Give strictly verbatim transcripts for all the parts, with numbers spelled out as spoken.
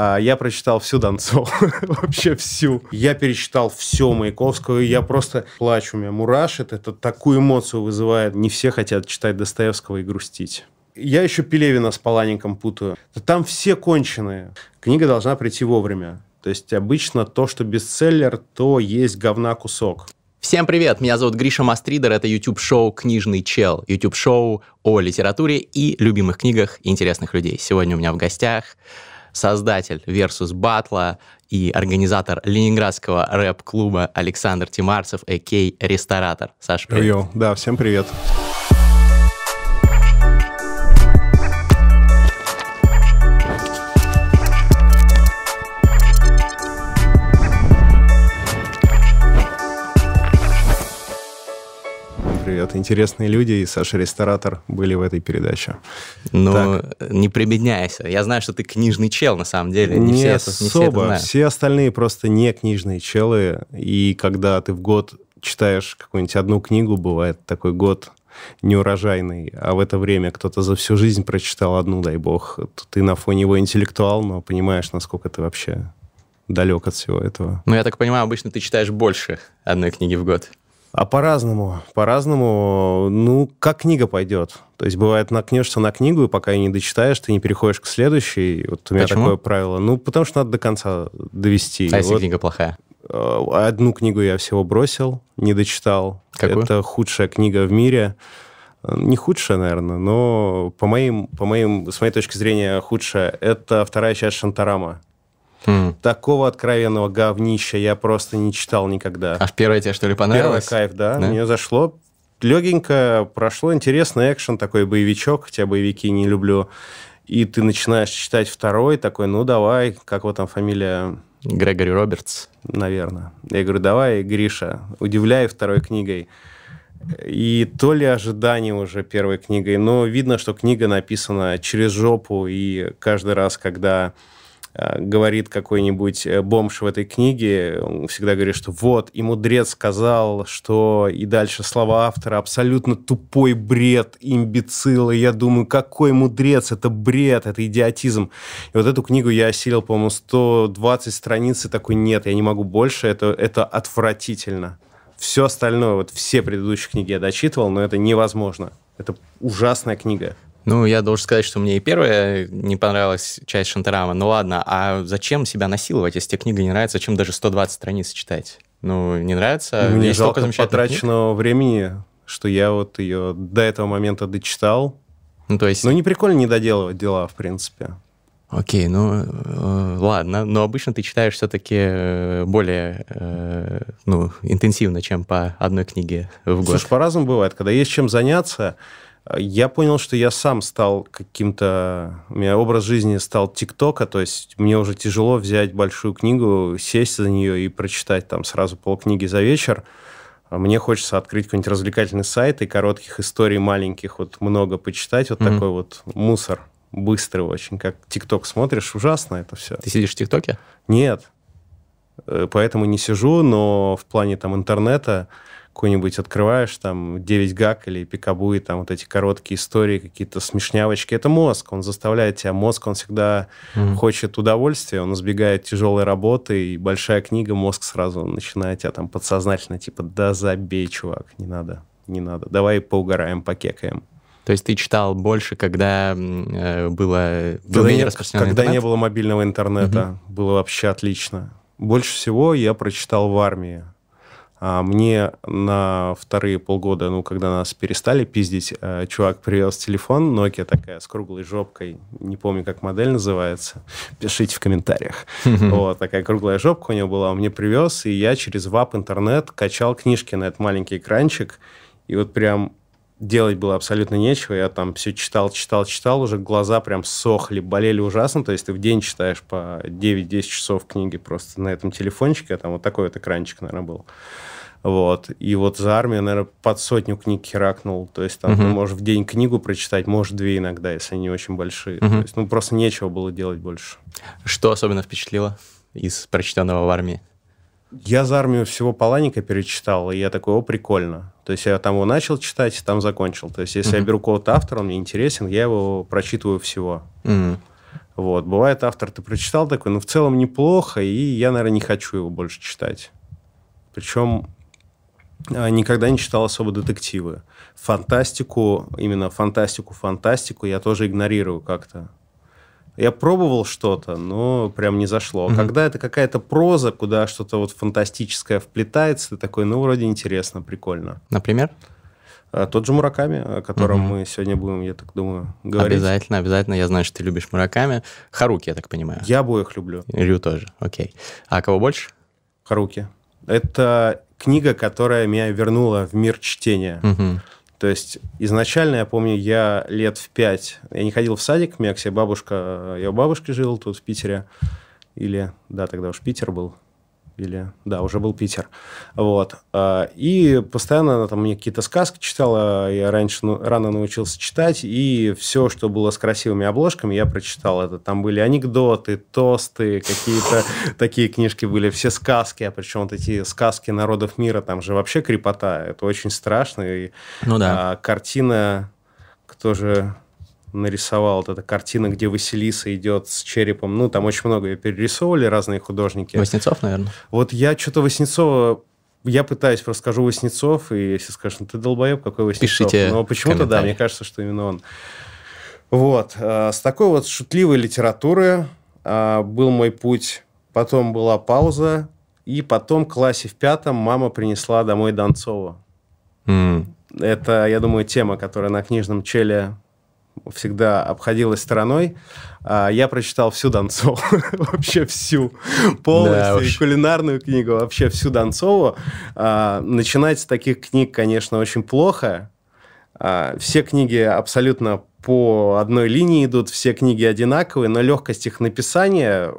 А я прочитал всю Донцову, вообще всю. Я перечитал все Маяковского, и я просто плачу, у меня мурашит. Это такую эмоцию вызывает. Не все хотят читать Достоевского и грустить. Я еще Пелевина с Паланником путаю. Там все конченые. Книга должна прийти вовремя. То есть обычно то, что бестселлер, то есть говна кусок. Всем привет, меня зовут Гриша Мастридер, это YouTube-шоу «Книжный чел», YouTube-шоу о литературе и любимых книгах интересных людей. Сегодня у меня в гостях создатель Versus Батла и организатор ленинградского рэп-клуба Александр Тимарцев, а.к.а. Ресторатор. Саша, привет. Йо, да, всем привет. Привет. Интересные люди и Саша Ресторатор были в этой передаче. Ну, так. Не прибедняйся. Я знаю, что ты книжный чел, на самом деле. Не, не все особо. Это, не все это знают. Все остальные просто не книжные челы. И когда ты в год читаешь какую-нибудь одну книгу, бывает такой год неурожайный, а в это время кто-то за всю жизнь прочитал одну, дай бог, то ты на фоне его интеллектуал, но понимаешь, насколько ты вообще далек от всего этого. Ну, я так понимаю, обычно ты читаешь больше одной книги в год. А по-разному, по-разному, ну, как книга пойдет. То есть, бывает, наткнешься на книгу, и пока ее не дочитаешь, ты не переходишь к следующей. Вот у меня Почему? такое правило. Ну, потому что надо до конца довести. А если вот, книга плохая? Одну книгу я всего бросил, не дочитал. Какую? Это худшая книга в мире. Не худшая, наверное, но по моим, по моим, с моей точки зрения худшая. Это вторая часть Шантарама. Mm. Такого откровенного говнища я просто не читал никогда. Аж первая тебе, что ли, понравилась? Первый кайф, да, да? Мне зашло. Легенько прошло, интересный экшен, такой боевичок, хотя боевики не люблю. И ты начинаешь читать второй, такой, ну давай, как вот там фамилия? Грегори Робертс. Наверное. Я говорю, давай, Гриша, удивляй второй книгой. И то ли ожидание уже первой книгой, но видно, что книга написана через жопу, и каждый раз, когда говорит какой-нибудь бомж в этой книге, он всегда говорит, что вот, и мудрец сказал, что и дальше слова автора абсолютно тупой бред, имбецил, и я думаю, какой мудрец, это бред, это идиотизм. И вот эту книгу я осилил, по-моему, сто двадцать страниц, и такой, нет, я не могу больше, это, это отвратительно. Все остальное, вот все предыдущие книги я дочитывал, но это невозможно. Это ужасная книга. Ну, я должен сказать, что мне и первая не понравилась часть Шантарама. Ну ладно, а зачем себя насиловать, если тебе книга не нравится? Зачем даже сто двадцать страниц читать? Ну, не нравится? Мне Есть жалко потраченного книг. времени, что я вот ее до этого момента дочитал. Ну, то есть... Ну, не прикольно не доделывать дела, в принципе. Окей, ну, э, ладно. Но обычно ты читаешь все-таки более э, ну, интенсивно, чем по одной книге в год. Слушай, по-разному бывает. Когда есть чем заняться... Я понял, что я сам стал каким-то... У меня образ жизни стал ТикТока, то есть мне уже тяжело взять большую книгу, сесть за нее и прочитать там сразу полкниги за вечер. Мне хочется открыть какой-нибудь развлекательный сайт и коротких историй маленьких вот много почитать. Вот mm-hmm. такой вот мусор быстрый очень. Как ТикТок смотришь, ужасно это все. Ты сидишь в ТикТоке? Нет. Поэтому не сижу, но в плане там интернета... какой-нибудь открываешь, там, девять гаг или Пикабу, и там вот эти короткие истории, какие-то смешнявочки. Это мозг, он заставляет тебя. Мозг, он всегда mm. хочет удовольствия, он избегает тяжелой работы, и большая книга, мозг сразу начинает тебя там подсознательно, типа, да забей, чувак, не надо, не надо, давай поугараем, покекаем. То есть ты читал больше, когда э, было, было когда не распространено Когда интернет? не было мобильного интернета, mm-hmm. было вообще отлично. Больше всего я прочитал в армии. А мне на вторые полгода, ну, когда нас перестали пиздить, чувак привез телефон, Nokia такая, с круглой жопкой, не помню, как модель называется, пишите в комментариях. Вот, такая круглая жопка у него была, он мне привез, и я через вап интернет качал книжки на этот маленький экранчик, и вот прям делать было абсолютно нечего, я там все читал, читал, читал, уже глаза прям сохли, болели ужасно, то есть ты в день читаешь по девять-десять часов книги просто на этом телефончике, а там вот такой вот экранчик, наверное, был. Вот. И вот за армию, наверное, под сотню книг херакнул. То есть там uh-huh. ты можешь в день книгу прочитать, можешь две иногда, если они очень большие. Uh-huh. То есть, ну, просто нечего было делать больше. Что особенно впечатлило из прочитанного в армии? Я за армию всего Паланника перечитал, и я такой, о, прикольно. То есть я там его начал читать, там закончил. То есть если uh-huh. я беру какого-то автора, он мне интересен, я его прочитываю всего. Uh-huh. Вот. Бывает, автор ты прочитал такой, ну, в целом неплохо, и я, наверное, не хочу его больше читать. Причем никогда не читал особо детективы. Фантастику, именно фантастику-фантастику я тоже игнорирую как-то. Я пробовал что-то, но прям не зашло. Mm-hmm. Когда это какая-то проза, куда что-то вот фантастическое вплетается, ты такой, ну, вроде интересно, прикольно. Например? А, тот же Мураками, о котором mm-hmm. мы сегодня будем, я так думаю, говорить. Обязательно, обязательно. Я знаю, что ты любишь Мураками. Харуки, я так понимаю. Я обоих люблю. Рю тоже, окей. А кого больше? Харуки. Это книга, которая меня вернула в мир чтения. Mm-hmm. То есть изначально, я помню, я лет в пять, я не ходил в садик, у меня, кстати, бабушка, я у бабушки жил тут в Питере, или, да, тогда уж Питер был, или, да, уже был Питер, вот, и постоянно она там мне какие-то сказки читала, я раньше ну, рано научился читать, и все, что было с красивыми обложками, я прочитал это, там были анекдоты, тосты, какие-то такие книжки были, все сказки, а причем вот эти сказки народов мира, там же вообще крепота, это очень страшно, и ну, да. а, картина, кто же нарисовал, вот эта картина, где Василиса идет с черепом. Ну, там очень много ее перерисовывали разные художники. Васнецов, наверное. Вот я что-то Васнецова... Я пытаюсь, просто скажу Васнецов, и если скажешь, ну, ты долбоеб, какой Васнецов? Пишите но почему-то, да, мне кажется, что именно он. Вот. С такой вот шутливой литературы был мой путь. Потом была пауза, и потом в классе в пятом мама принесла домой Донцова. Mm. Это, я думаю, тема, которая на книжном челе всегда обходилась стороной. Я прочитал всю Донцову, вообще всю, полностью, да, и кулинарную книгу, вообще всю Донцову. Начинать с таких книг, конечно, очень плохо. Все книги абсолютно по одной линии идут, все книги одинаковые, но легкость их написания...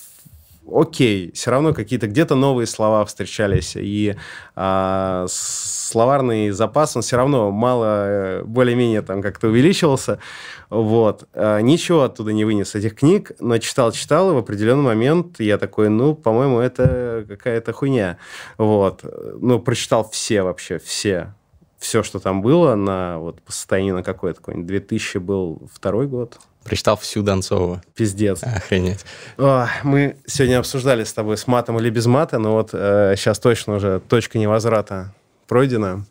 Окей, все равно какие-то где-то новые слова встречались, и а, словарный запас, он все равно мало, более-менее там как-то увеличивался, вот. А, ничего оттуда не вынес этих книг, но читал-читал, и в определенный момент я такой, ну, по-моему, это какая-то хуйня, вот. Ну, прочитал все вообще, все, все, что там было, на, вот, по состоянию на какой-то, какой-нибудь две тысячи был второй год. Прочитал всю Донцову. Пиздец. Охренеть. О, мы сегодня обсуждали с тобой, с матом или без мата, но вот э, сейчас точно уже точка невозврата пройдена.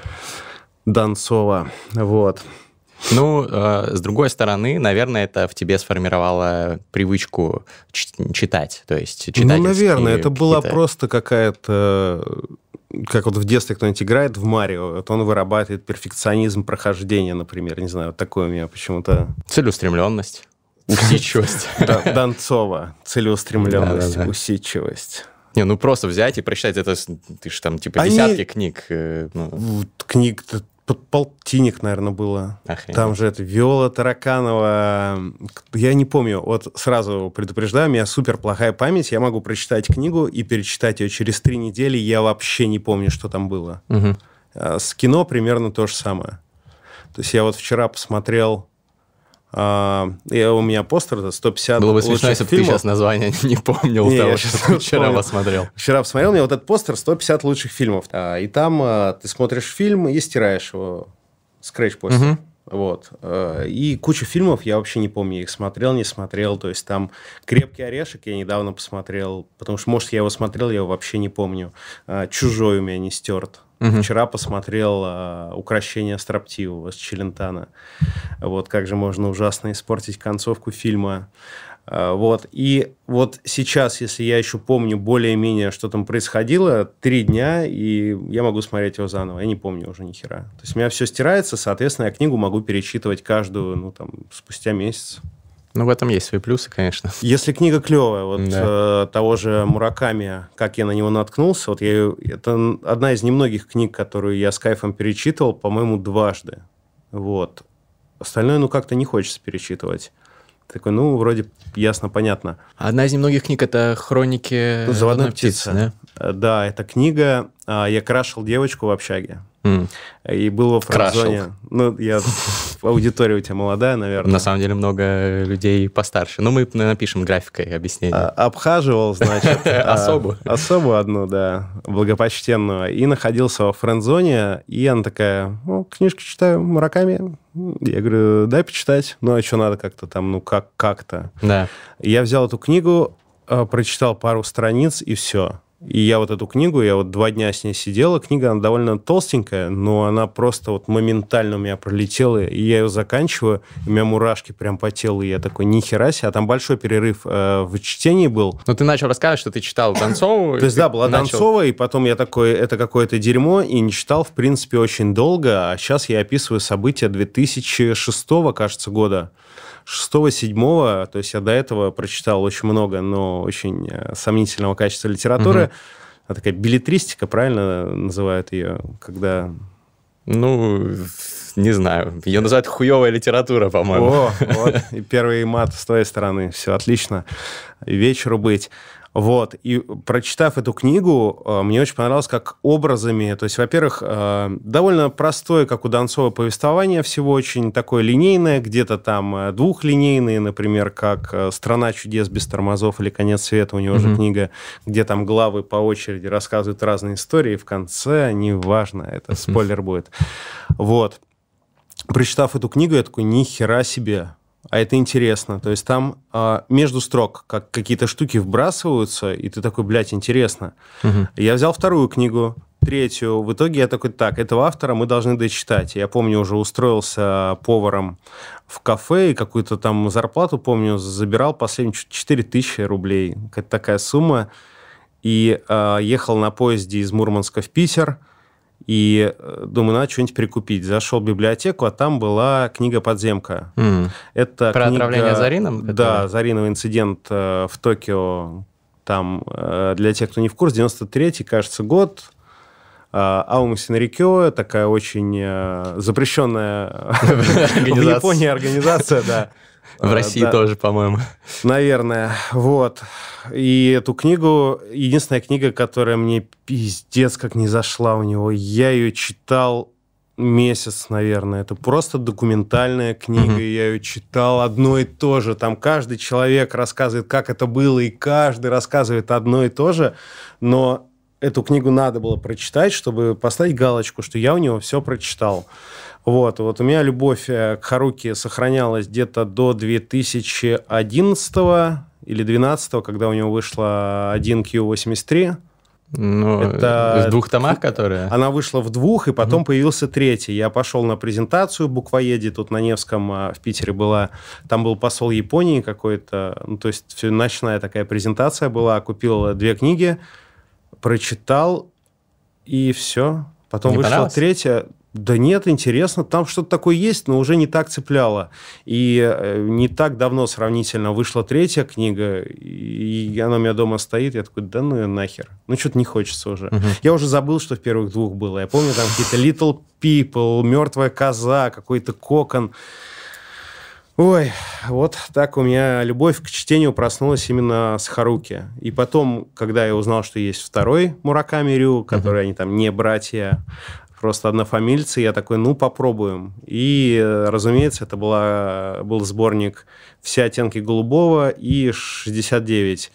Донцова. Вот. Ну, э, с другой стороны, наверное, это в тебе сформировало привычку ч- читать. То есть читать. Ну, наверное, это была просто какая-то... Как вот в детстве кто-нибудь играет в Марио, вот он вырабатывает перфекционизм прохождения, например. Не знаю, вот такое у меня почему-то... Целеустремленность, усидчивость. Донцова. Целеустремленность, усидчивость. Не, ну просто взять и прочитать это, ты же там типа десятки книг. Книг... Полтинник, наверное, было. Охренеть. Там же это Виола Тараканова. Я не помню. Вот сразу предупреждаю, у меня супер плохая память. Я могу прочитать книгу и перечитать ее через три недели. Я вообще не помню, что там было. Угу. С кино примерно то же самое. То есть я вот вчера посмотрел... Uh, я, у меня постер, это сто пятьдесят было бы смешно, если бы ты сейчас название не помнил не, того, что ты вчера помнил. посмотрел. Вчера посмотрел, у меня вот этот постер сто пятьдесят лучших фильмов. Uh, и там uh, ты смотришь фильм и стираешь его. Скретч-постер. Uh-huh. Вот. Uh, и кучу фильмов я вообще не помню. Я их смотрел, не смотрел. То есть там «Крепкий орешек» я недавно посмотрел. Потому что, может, я его смотрел, я его вообще не помню. Uh, «Чужой» у меня не стерт. Uh-huh. Вчера посмотрел uh, «Укрощение строптивого» с Челентано. Вот как же можно ужасно испортить концовку фильма. Uh, вот. И вот сейчас, если я еще помню более-менее, что там происходило, три дня, и я могу смотреть его заново. Я не помню уже ни хера. То есть у меня все стирается, соответственно, я книгу могу перечитывать каждую, ну, там, спустя месяц. Ну, в этом есть свои плюсы, конечно. Если книга клевая, вот да. э, того же Мураками, как я на него наткнулся, вот я, это одна из немногих книг, которую я с кайфом перечитывал, по-моему, дважды. Вот. Остальное, ну, как-то не хочется перечитывать. Такой, ну, вроде ясно, понятно. Одна из немногих книг – это «Хроники заводной птицы». птицы да? Да, это книга «Я крашил девочку в общаге». Mm. И был во френд-зоне. Ну, я... Аудитория у тебя молодая, наверное. На самом деле много людей постарше. Ну, мы напишем графикой объяснение. А, обхаживал, значит. Особу. Особу одну, да, благопочтенную. И находился во френд-зоне. И она такая, ну, книжку читаю Мураками. Я говорю, дай почитать. Ну, а что надо как-то там, ну, как- как-то. Да. Я взял эту книгу, прочитал пару страниц, и все. И я вот эту книгу, я вот два дня с ней сидела. Книга, она довольно толстенькая, но она просто вот моментально у меня пролетела. И я ее заканчиваю, у меня мурашки прям по телу. И я такой, нихера себе. А там большой перерыв э, в чтении был. Ну, ты начал рассказывать, что ты читал Донцову. То есть, да, была Донцова, и потом я такой, это какое-то дерьмо, и не читал, в принципе, очень долго. А сейчас я описываю события две тысячи шестого, кажется, года. шестого-седьмого, то есть я до этого прочитал очень много, но очень сомнительного качества литературы. Угу. А такая беллетристика, правильно называют ее, когда... Ну, не знаю. Ее называют хуевая литература, по-моему. О, вот, и первый мат с твоей стороны. Все, отлично. И вечеру быть. Вот, и прочитав эту книгу, мне очень понравилось, как образами, то есть, во-первых, довольно простое, как у Донцова, повествование, всего очень такое линейное, где-то там двухлинейные, например, как «Страна чудес без тормозов» или «Конец света», у него mm-hmm. же книга, где там главы по очереди рассказывают разные истории, и в конце, неважно, это mm-hmm. спойлер будет. Вот. Прочитав эту книгу, я такой, ни хера себе. А это интересно. То есть там а, между строк как какие-то штуки вбрасываются, и ты такой, блядь, интересно. Угу. Я взял вторую книгу, третью. В итоге я такой, так, этого автора мы должны дочитать. Я помню, уже устроился поваром в кафе, и какую-то там зарплату, помню, забирал последнюю четыре тысячи рублей. Какая-то такая сумма. И а, ехал на поезде из Мурманска в Питер. И думаю, надо что-нибудь прикупить. Зашел в библиотеку, а там была книга «Подземка». Mm. Это Про книга... отравление Зарином? Да, который... Зариновый инцидент в Токио. Там, для тех, кто не в курсе, девяносто третий, кажется, год. Аума Синрикё, такая очень запрещенная в Японии организация, да. В России да. тоже, по-моему. Наверное. Вот. И эту книгу, единственная книга, которая мне пиздец как не зашла у него, я ее читал месяц, наверное. Это просто документальная книга, mm-hmm. я ее читал одно и то же. Там каждый человек рассказывает, как это было, и каждый рассказывает одно и то же. Но эту книгу надо было прочитать, чтобы поставить галочку, что я у него все прочитал. Вот, вот у меня любовь к Харуки сохранялась где-то до две тысячи одиннадцатого или две тысячи двенадцатого, когда у него вышла один кью восемьдесят три. Ну, это... в двух томах, которые... Она вышла в двух, и потом mm-hmm. появился третий. Я пошел на презентацию в Буквоеде, тут на Невском в Питере была. Там был посол Японии какой-то. Ну, то есть ночная такая презентация была. Купил две книги, прочитал, и все. Потом не вышла третья. Да нет, интересно, там что-то такое есть, но уже не так цепляло. И не так давно сравнительно вышла третья книга, и она у меня дома стоит, я такой, да ну и нахер. Ну что-то не хочется уже. Uh-huh. Я уже забыл, что в первых двух было. Я помню там какие-то Little People, Мертвая коза, какой-то Кокон. Ой, вот так у меня любовь к чтению проснулась именно с Харуки. И потом, когда я узнал, что есть второй Мураками Рю, который uh-huh. они там не братья, просто однофамильцы, я такой, ну, попробуем. И, разумеется, это была, был сборник «Все оттенки голубого» и «шестьдесят девять».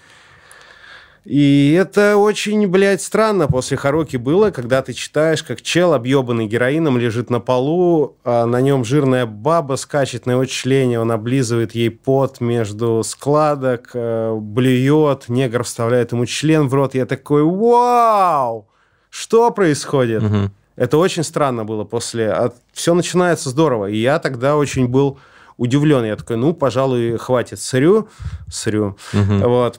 И это очень, блядь, странно после Харуки было, когда ты читаешь, как чел, объебанный героином, лежит на полу, а на нем жирная баба скачет на его члене, он облизывает ей пот между складок, блюет, негр вставляет ему член в рот. Я такой, вау! Что происходит? Угу. Это очень странно было после... Все начинается здорово. И я тогда очень был удивлен. Я такой, ну, пожалуй, хватит сырю. Сырю. Угу. Вот.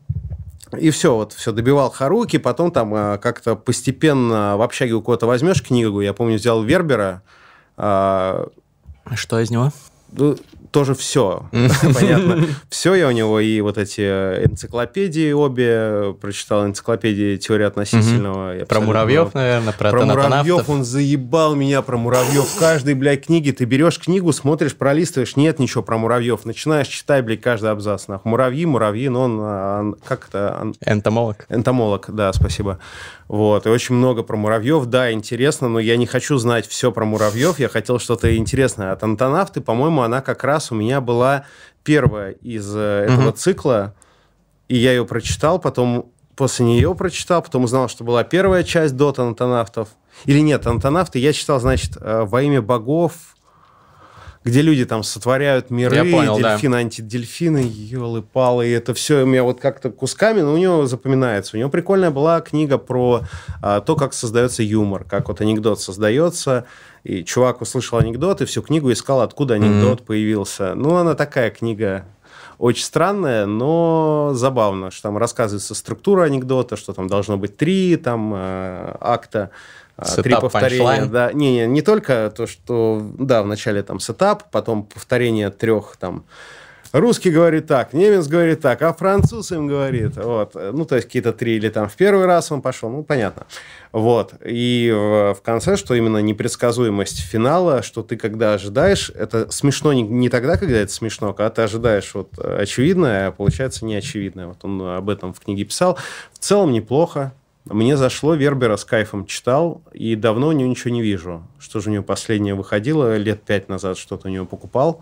И все, вот, все, добивал Харуки. Потом там как-то постепенно в общаге у кого-то возьмешь книгу. Я помню, взял Вербера. Что из него? Ну, тоже все, понятно. Все я у него, и вот эти энциклопедии обе прочитал, энциклопедии теории относительного. Про муравьев, наверное, про Про муравьев тонатонавтов. он заебал меня, про муравьев. В каждой, блядь, книге ты берешь книгу, смотришь, пролистываешь, нет ничего про муравьев. Начинаешь читать, блядь, каждый абзац. Нахуй. Муравьи, муравьи, но он, он как это... Он... Энтомолог. Энтомолог, да, спасибо. Вот, и очень много про муравьев. Да, интересно, но я не хочу знать все про муравьев. Я хотел что-то интересное. А тонатонавты, по-моему, она как раз у меня была первая из этого uh-huh. цикла. И я ее прочитал, потом после нее прочитал, потом узнал, что была первая часть до тонатонавтов. Или нет, тонатонавты я читал, значит, «Во имя богов», где люди там сотворяют миры, я понял, дельфины, да. антидельфины, елы-палы, и это все у меня вот как-то кусками, но у него запоминается. У него прикольная была книга про а, то, как создается юмор, как вот анекдот создается, и чувак услышал анекдот, и всю книгу искал, откуда анекдот mm-hmm. появился. Ну, она такая книга очень странная, но забавно, что там рассказывается структура анекдота, что там должно быть три там, э, акта, Сетап, три повторения. Да. Не, не, не только то, что да, вначале там сетап, потом повторение трех там. Русский говорит так, немец говорит так, а француз им говорит. Вот. Ну, то есть какие-то три или там в первый раз он пошел, ну, понятно. Вот. И в, в конце, что именно непредсказуемость финала, что ты когда ожидаешь, это смешно не, не тогда, когда это смешно, когда ты ожидаешь вот очевидное, а получается неочевидное. Вот он об этом в книге писал. В целом неплохо. Мне зашло, Вербера с кайфом читал, и давно у него ничего не вижу. Что же у него последнее выходило, лет пять назад что-то у него покупал.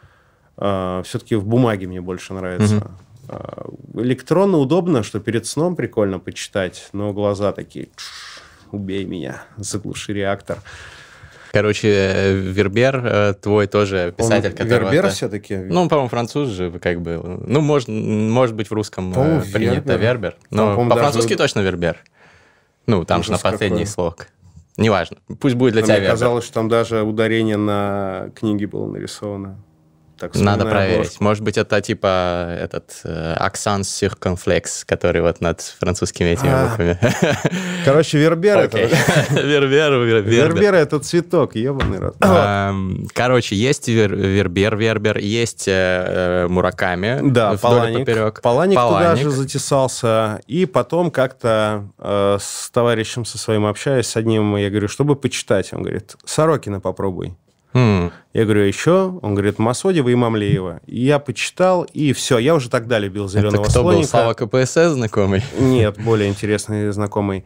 Uh, все-таки в бумаге мне больше нравится. Uh-huh. Uh, электронно удобно, что перед сном прикольно почитать, но глаза такие, убей меня, заглуши реактор. Короче, Вербер твой тоже писатель, он который... Вербер это... все-таки? Ну, по-моему, француз же, как бы... Ну, может, может быть, в русском по-моему, принято Вербер. Вербер. Но там, по-французски даже... точно Вербер. Ну, там же на последний слог. Неважно. Пусть будет для а тебя мне Вербер. Казалось, что там даже ударение на книге было нарисовано. Так, надо проверить. Обложку. Может быть, это типа этот акцент э, circonflex, который вот над французскими этими а, буквами. Короче, вербер это... Вербер, вербер. Вербер это цветок, ебаный рот. Короче, есть вербер, вербер, есть Мураками. Да, Паланик. Паланик туда же затесался. И потом как-то с товарищем со своим общаюсь, с одним, я говорю, чтобы почитать. Он говорит, Сорокина попробуй. Mm. Я говорю, еще? Он говорит, Масодева и Мамлеева. И я почитал, и все. Я уже тогда любил «Зеленого Это кто слоника». был, Слава КПСС знакомый? Нет, более интересный знакомый.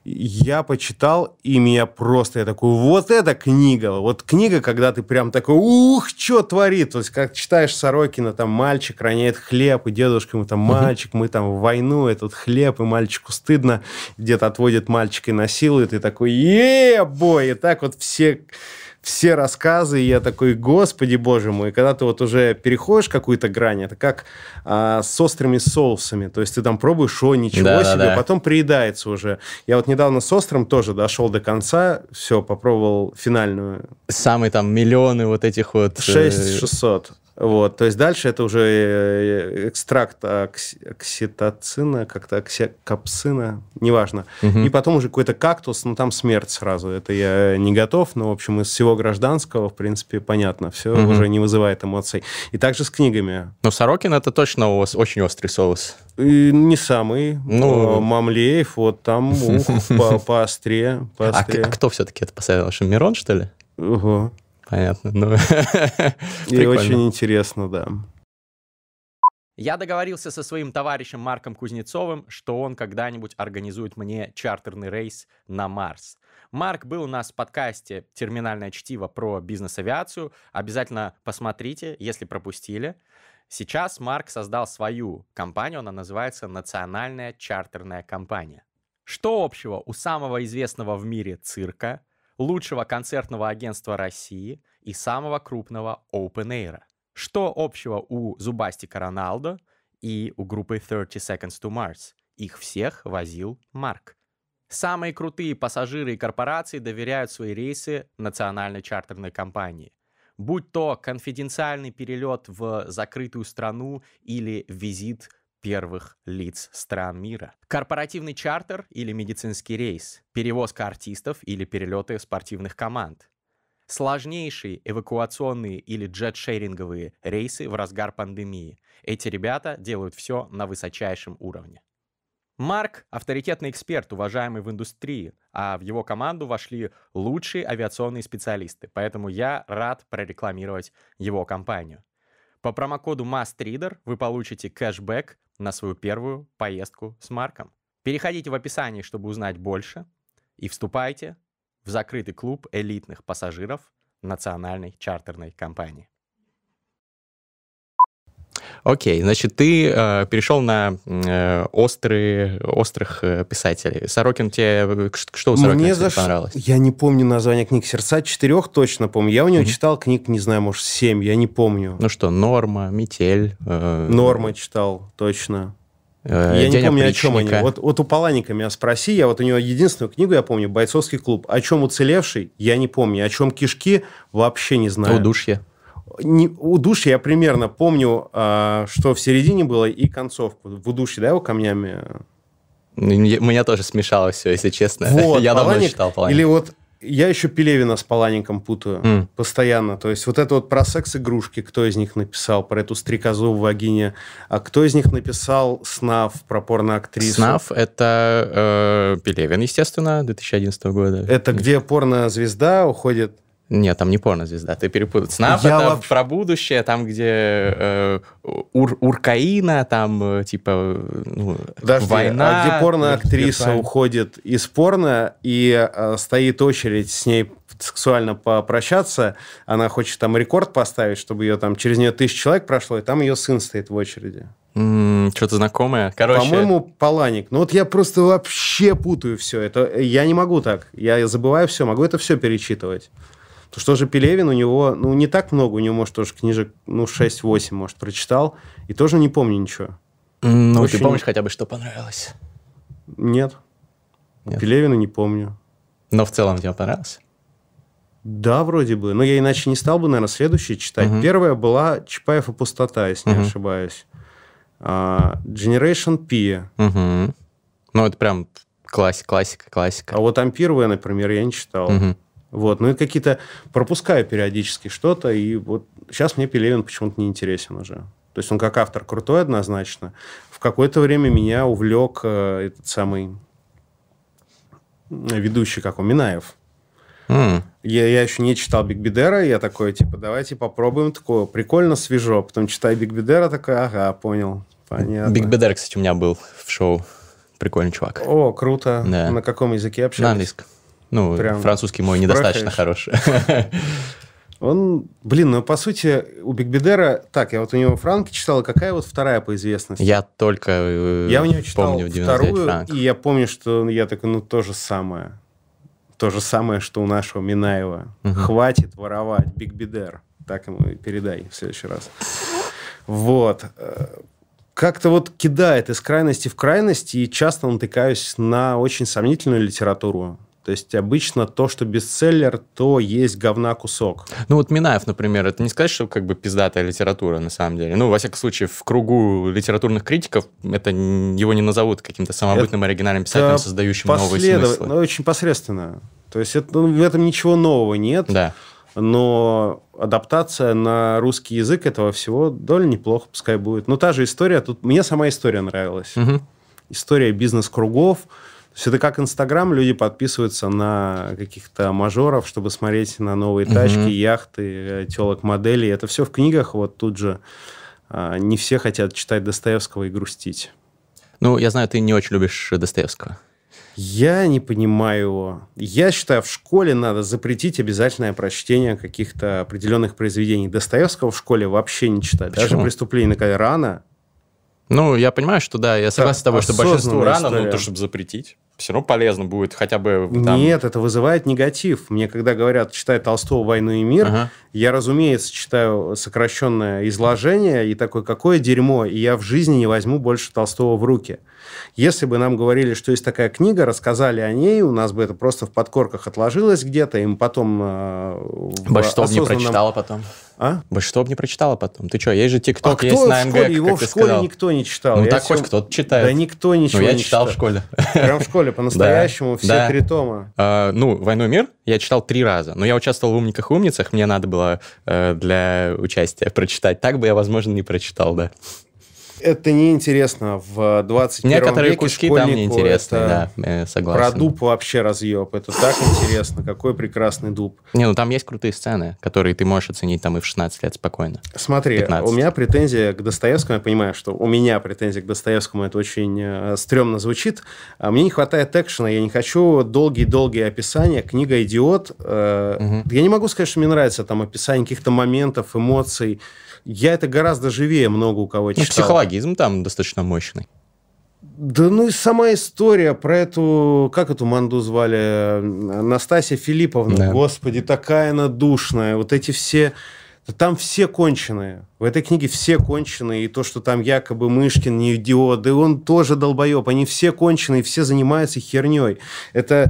Я почитал, и меня просто... Я такой, вот эта книга! Вот книга, когда ты прям такой, ух, что творит! То есть, как читаешь Сорокина, там мальчик роняет хлеб, и дедушка ему там, мальчик, мы там в войну, этот хлеб, и мальчику стыдно, где-то отводит мальчика и насилует, и такой, е-бой! И так вот все... все рассказы, и я такой, господи, боже мой, когда ты вот уже переходишь какую-то грань, это как а, с острыми соусами, то есть ты там пробуешь, о, ничего да, себе, да, да. Потом приедается уже. Я вот недавно с острым тоже дошел до конца, все, попробовал финальную. Самые там миллионы вот этих вот... шесть шестьсот. Вот, то есть дальше это уже экстракт окси- окситоцина, как-то оксикапсина, неважно. Угу. И потом уже какой-то кактус, но там смерть сразу. Это я не готов, но, в общем, из всего гражданского, в принципе, понятно. Все угу. уже не вызывает эмоций. И также с книгами. Но Сорокин это точно у вас очень острый соус. И не самый. Ну... Мамлеев, вот там ух, по- поострее. поострее. А кто все-таки это посоветовал? Что, Мирон, что ли? Угу. Понятно. Ну, и очень интересно, да. Я договорился со своим товарищем Марком Кузнецовым, что он когда-нибудь организует мне чартерный рейс на Марс. Марк был у нас в подкасте «Терминальное чтиво» про бизнес-авиацию. Обязательно посмотрите, если пропустили. Сейчас Марк создал свою компанию, она называется «Национальная чартерная компания». Что общего у самого известного в мире цирка, лучшего концертного агентства России и самого крупного Open Air? Что общего у Зубастика Роналдо и у группы thirty seconds to Mars? Их всех возил Марк. Самые крутые пассажиры и корпорации доверяют свои рейсы национальной чартерной компании. Будь то конфиденциальный перелет в закрытую страну или визит первых лиц стран мира. Корпоративный чартер или медицинский рейс, перевозка артистов или перелеты спортивных команд. сложнейшие эвакуационные или джет-шеринговые рейсы в разгар пандемии. Эти ребята делают все на высочайшем уровне. Марк – авторитетный эксперт, уважаемый в индустрии, а в его команду вошли лучшие авиационные специалисты, поэтому я рад прорекламировать его компанию. По промокоду MASTREADER вы получите кэшбэк на свою первую поездку с Марком. Переходите в описание, чтобы узнать больше, и вступайте в закрытый клуб элитных пассажиров национальной чартерной компании. Окей, значит, ты э, перешел на э, острые, острых э, писателей. Сорокин тебе... Что у Сорокина Мне тебе заш... понравилось? Я не помню название книг. «Сердца четырех» точно помню. Я у него Mm-hmm. читал книг, не знаю, может, семь, я не помню. Ну что, «Норма», «Метель». Э... «Норма» читал, точно. Э, я День не помню, опричника. о чем они. Вот, вот у Паланика меня спроси, я вот у него единственную книгу, я помню, «Бойцовский клуб». О чем «Уцелевший» я не помню. О чем «Кишки» вообще не знаю. «Удушье». Не, удушье я примерно помню, а, что в середине было, и концовку. В удушье, да, его камнями? У меня тоже смешалось все, если честно. Вот, я Паланик, давно читал Паланика. Или вот я еще Пелевина с Палаником путаю Mm. постоянно. То есть вот это вот про секс-игрушки, кто из них написал, про эту стрекозу в вагине, а кто из них написал «Снаф», про порноактрису? «Снаф» — это э, Пелевин, естественно, две тысячи одиннадцатого года. Это где порнозвезда уходит... Нет, там не порнозвезда, ты перепутал. «Снаф» — Я это вообще- про будущее, там, где э, ур, уркаина, там, э, типа, ну, Подожди, война. а где порноактриса виртуаль- уходит из порно, и э, стоит очередь с ней сексуально попрощаться, она хочет там рекорд поставить, чтобы ее там через нее тысяча человек прошло, и там ее сын стоит в очереди. М, Что-то знакомое. Короче, По-моему, Паланик. Ну вот я просто вообще путаю все это. Я не могу так. Я забываю все, могу это все перечитывать. То что же Пелевин, у него, ну, не так много, у него, может, тоже книжек, ну, шесть-восемь, может, прочитал, и тоже не помню ничего. м, ну, очень- ты помнишь хотя бы, что понравилось? Нет. Нет. Пелевина не помню. Но в целом тебе понравилось? Да, вроде бы. Но я иначе не стал бы, наверное, следующее читать. Мгм. Первая была «Чапаев и пустота», если не Мгм. ошибаюсь. А, Generation P. Угу. Ну, это прям классика, классика, классика. А вот «Ампир В», например, я не читал. Мгм. Вот. Ну и какие-то... Пропускаю периодически что-то, и вот сейчас мне Пелевин почему-то не интересен уже. То есть он как автор крутой однозначно. В какое-то время меня увлек э, этот самый ведущий, как он, Минаев. М. Я, я еще не читал Биг Бидера, я такой, типа, давайте попробуем такое. Прикольно, свежо. Потом читаю Биг Бидера, такой, ага, понял. Понятно. Биг Бедер, кстати, у меня был в шоу. Прикольный чувак. О, круто. Да. На каком языке общались? На английском. Ну, Прям французский мой недостаточно шпрехаешь. хороший. Он, блин, ну, по сути, у Биг Бидера... Так, я вот у него Франки читал, и какая вот вторая по известности? Я только э, Я у него читал помню девяносто девять вторую, франков. и я помню, что я такой, ну, то же самое. То же самое, что у нашего Минаева. Мгм. Хватит воровать, Биг Бидер. Так ему и передай в следующий раз. Вот. Э, Как-то вот кидает из крайности в крайность, и часто натыкаюсь на очень сомнительную литературу. То есть обычно то, что бестселлер, то есть говна кусок. Ну вот Минаев, например, это не сказать, что как бы пиздатая литература на самом деле. Ну, во всяком случае, в кругу литературных критиков это н- его не назовут каким-то самобытным оригинальным писателем, Это создающим новые последов- смыслы. ну, очень посредственно. То есть это, ну, в этом ничего нового нет. Да. Но адаптация на русский язык этого всего довольно неплохо, пускай будет. Но та же история, тут мне сама история нравилась. Мгм. История бизнес-кругов. То есть это как Инстаграм, люди подписываются на каких-то мажоров, чтобы смотреть на новые Мгм. тачки, яхты, телок-моделей. Это все в книгах. Вот тут же а, не все хотят читать Достоевского и грустить. Ну, я знаю, ты не очень любишь Достоевского. Я не понимаю его. Я считаю, в школе надо запретить обязательное прочтение каких-то определенных произведений. Достоевского в школе вообще не читать. Даже Почему? «Преступление наказания» рано. Ну, я понимаю, что да, я согласен с тобой, что осознанная большинству рано, история. ну, то, чтобы запретить. Все равно полезно будет хотя бы там... Нет, это вызывает негатив. Мне когда говорят, читай Толстого «Войну и мир», Ага. я, разумеется, читаю сокращенное изложение и такой, какое дерьмо, и я в жизни не возьму больше Толстого в руки. Если бы нам говорили, что есть такая книга, рассказали о ней, у нас бы это просто в подкорках отложилось где-то, и мы потом... э, в Большинство бы не осознанном- прочитала потом. А? Большинство бы не прочитала потом. Ты что, есть же А ТикТок, кто есть в на школе? МГ, Его как в ты школе сказал. никто не читал. Ну, Я так всё- хоть кто-то читает. Да никто ничего Ну, я не читал в школе. Прям в школе ли, по-настоящему, да, все да. три тома? А, ну, «Войну и мир» я читал три раза, но я участвовал в «Умниках и умницах», мне надо было э, для участия прочитать. Так бы я, возможно, не прочитал, да. Это неинтересно в двадцать первом Некоторые веке куски там неинтересны, да, я согласен. Про дуб вообще разъеб, это так интересно, какой прекрасный дуб. Не, ну там есть крутые сцены, которые ты можешь оценить там и в шестнадцать лет спокойно. Смотри, пятнадцать. У меня претензия к Достоевскому, я понимаю, что у меня претензия к Достоевскому, это очень э, стрёмно звучит, а мне не хватает экшена, я не хочу долгие-долгие описания, книга «Идиот», э, угу. Я не могу сказать, что мне нравится там описание каких-то моментов, эмоций. Я это гораздо живее много у кого читал. Ну, психологизм там достаточно мощный. Да ну и сама история про эту... Как эту манду звали? Настасья Филипповна. Да. Господи, такая она душная. Вот эти все... Там все конченые. В этой книге все конченые. И то, что там якобы Мышкин не идиот, да и он тоже долбоеб. Они все конченые, все занимаются херней. Это...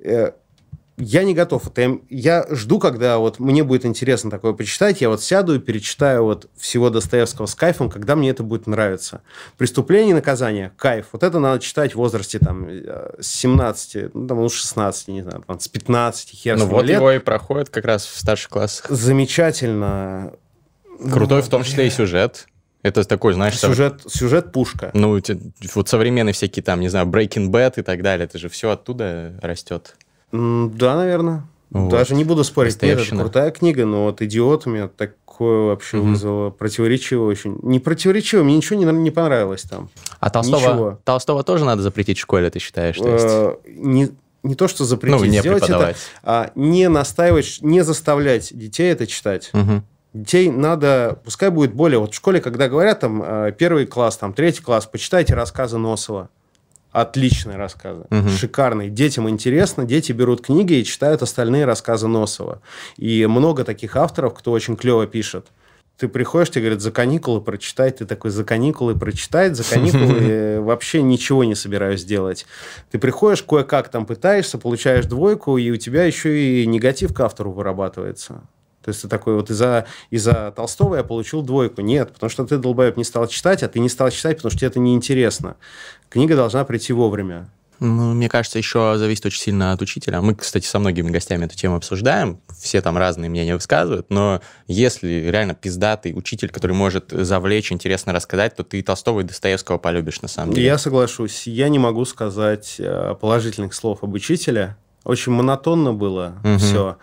Я не готов. Это я жду, когда вот мне будет интересно такое почитать. Я вот сяду и перечитаю вот всего Достоевского с кайфом, когда мне это будет нравиться. «Преступление и наказание» – кайф. Вот это надо читать в возрасте там, с семнадцати, ну, там, ну, шестнадцати, не знаю, там, с пятнадцати, хер с ним лет. Ну вот его и проходит как раз в старших классах. Замечательно. Крутой, ну, в том числе и сюжет. Это такой, знаешь... Сюжет, сов... сюжет пушка. Ну, вот современные всякие там, не знаю, Breaking Bad и так далее. Это же все оттуда растет. Да, наверное. Вот. Даже не буду спорить. Нет, это крутая книга, но вот «Идиот» у меня такое вообще угу. вызвало противоречиво очень. Не противоречиво, мне ничего не, не понравилось там. А Толстого, Толстого тоже надо запретить в школе, ты считаешь? То есть? не, не то, что запретить, ну, не сделать преподавать. Это, а не настаивать, не заставлять детей это читать. Угу. Детей надо, пускай будет более... Вот в школе, когда говорят, там, первый класс, там, третий класс, почитайте рассказы Носова. Отличные рассказы, угу. шикарные. Детям интересно, дети берут книги и читают остальные рассказы Носова. И много таких авторов, кто очень клево пишет. Ты приходишь, тебе говорят, за каникулы прочитай. Ты такой, за каникулы прочитать, за каникулы вообще ничего не собираюсь делать. Ты приходишь, кое-как там пытаешься, получаешь двойку, и у тебя еще и негатив к автору вырабатывается. То есть ты такой вот из-за, из-за Толстого я получил двойку. Нет, потому что ты, долбоеб, не стал читать, а ты не стал читать, потому что тебе это неинтересно. Книга должна прийти вовремя. Ну, мне кажется, еще зависит очень сильно от учителя. Мы, кстати, со многими гостями эту тему обсуждаем. Все там разные мнения высказывают. Но если реально пиздатый учитель, который может завлечь, интересно рассказать, то ты и Толстого, и Достоевского полюбишь, на самом деле. Я соглашусь. Я не могу сказать положительных слов об учителе. Очень монотонно было угу. все.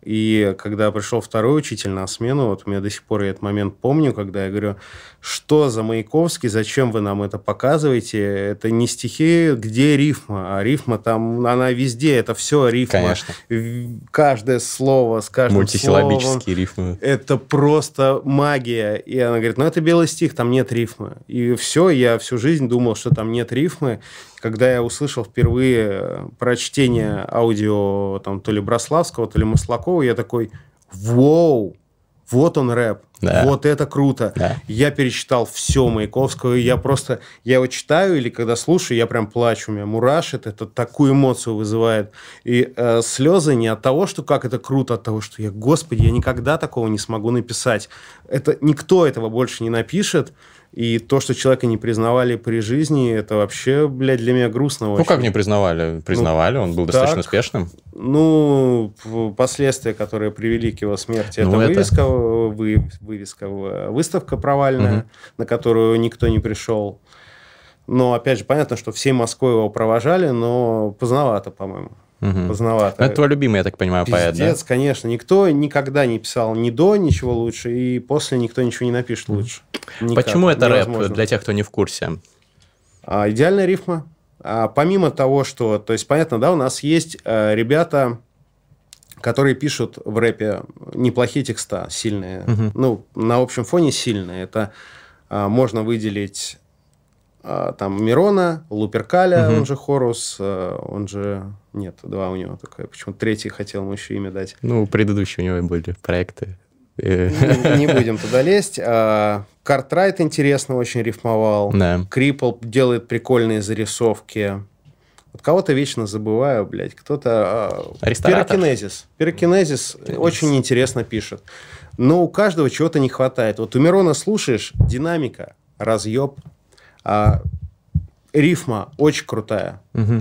И когда пришел второй учитель на смену, вот у меня до сих пор я этот момент помню, когда я говорю, что за Маяковский, зачем вы нам это показываете? Это не стихи, где рифма? А рифма там, она везде, это все рифма. Конечно. Каждое слово с каждым мультисиллабические словом. Рифмы. Это просто магия. И она говорит, ну это белый стих, там нет рифмы. И все, я всю жизнь думал, что там нет рифмы. Когда я услышал впервые прочтение аудио там, то ли Брославского, то ли Маслакова, я такой, вау, вот он рэп, да. Вот это круто. Да. Я перечитал все Маяковского, и я просто, я его читаю, или когда слушаю, я прям плачу, у меня мурашит, это такую эмоцию вызывает. И э, слезы не от того, что как это круто, от того, что я, господи, я никогда такого не смогу написать. Это, никто этого больше не напишет. И то, что человека не признавали при жизни, это вообще, блядь, для меня грустно очень. Ну, как не признавали? Признавали, ну, он был достаточно так, успешным. Ну, последствия, которые привели к его смерти, ну, это, это... Вывеска, вы, вывеска, выставка провальная, угу. на которую никто не пришел. Но, опять же, понятно, что всей Москвой его провожали, но поздновато, по-моему. Угу. Поздновато. Это твой любимый, я так понимаю, Пиздец, поэт, да? Пиздец, конечно. Никто никогда не писал ни до ничего лучше, и после никто ничего не напишет лучше. Никак. Почему это невозможно. Рэп, для тех, кто не в курсе? А, идеальная рифма. А, помимо того, что... То есть, понятно, да, у нас есть а, ребята, которые пишут в рэпе неплохие текста, сильные. Угу. Ну, на общем фоне сильные. Это а, можно выделить... Там Мирона, Луперкаля, угу. он же Хорус, он же... Нет, два у него такое. Почему-то третий хотел ему еще имя дать. Ну, предыдущие у него были проекты. Не, не будем туда лезть. Картрайт интересно очень рифмовал. Да. Крипл делает прикольные зарисовки. Вот кого-то вечно забываю, блядь. Кто-то... Пирокинезис. Пирокинезис очень интересно пишет. Но у каждого чего-то не хватает. Вот у Мирона слушаешь, динамика, разъеб. А, рифма очень крутая. Угу.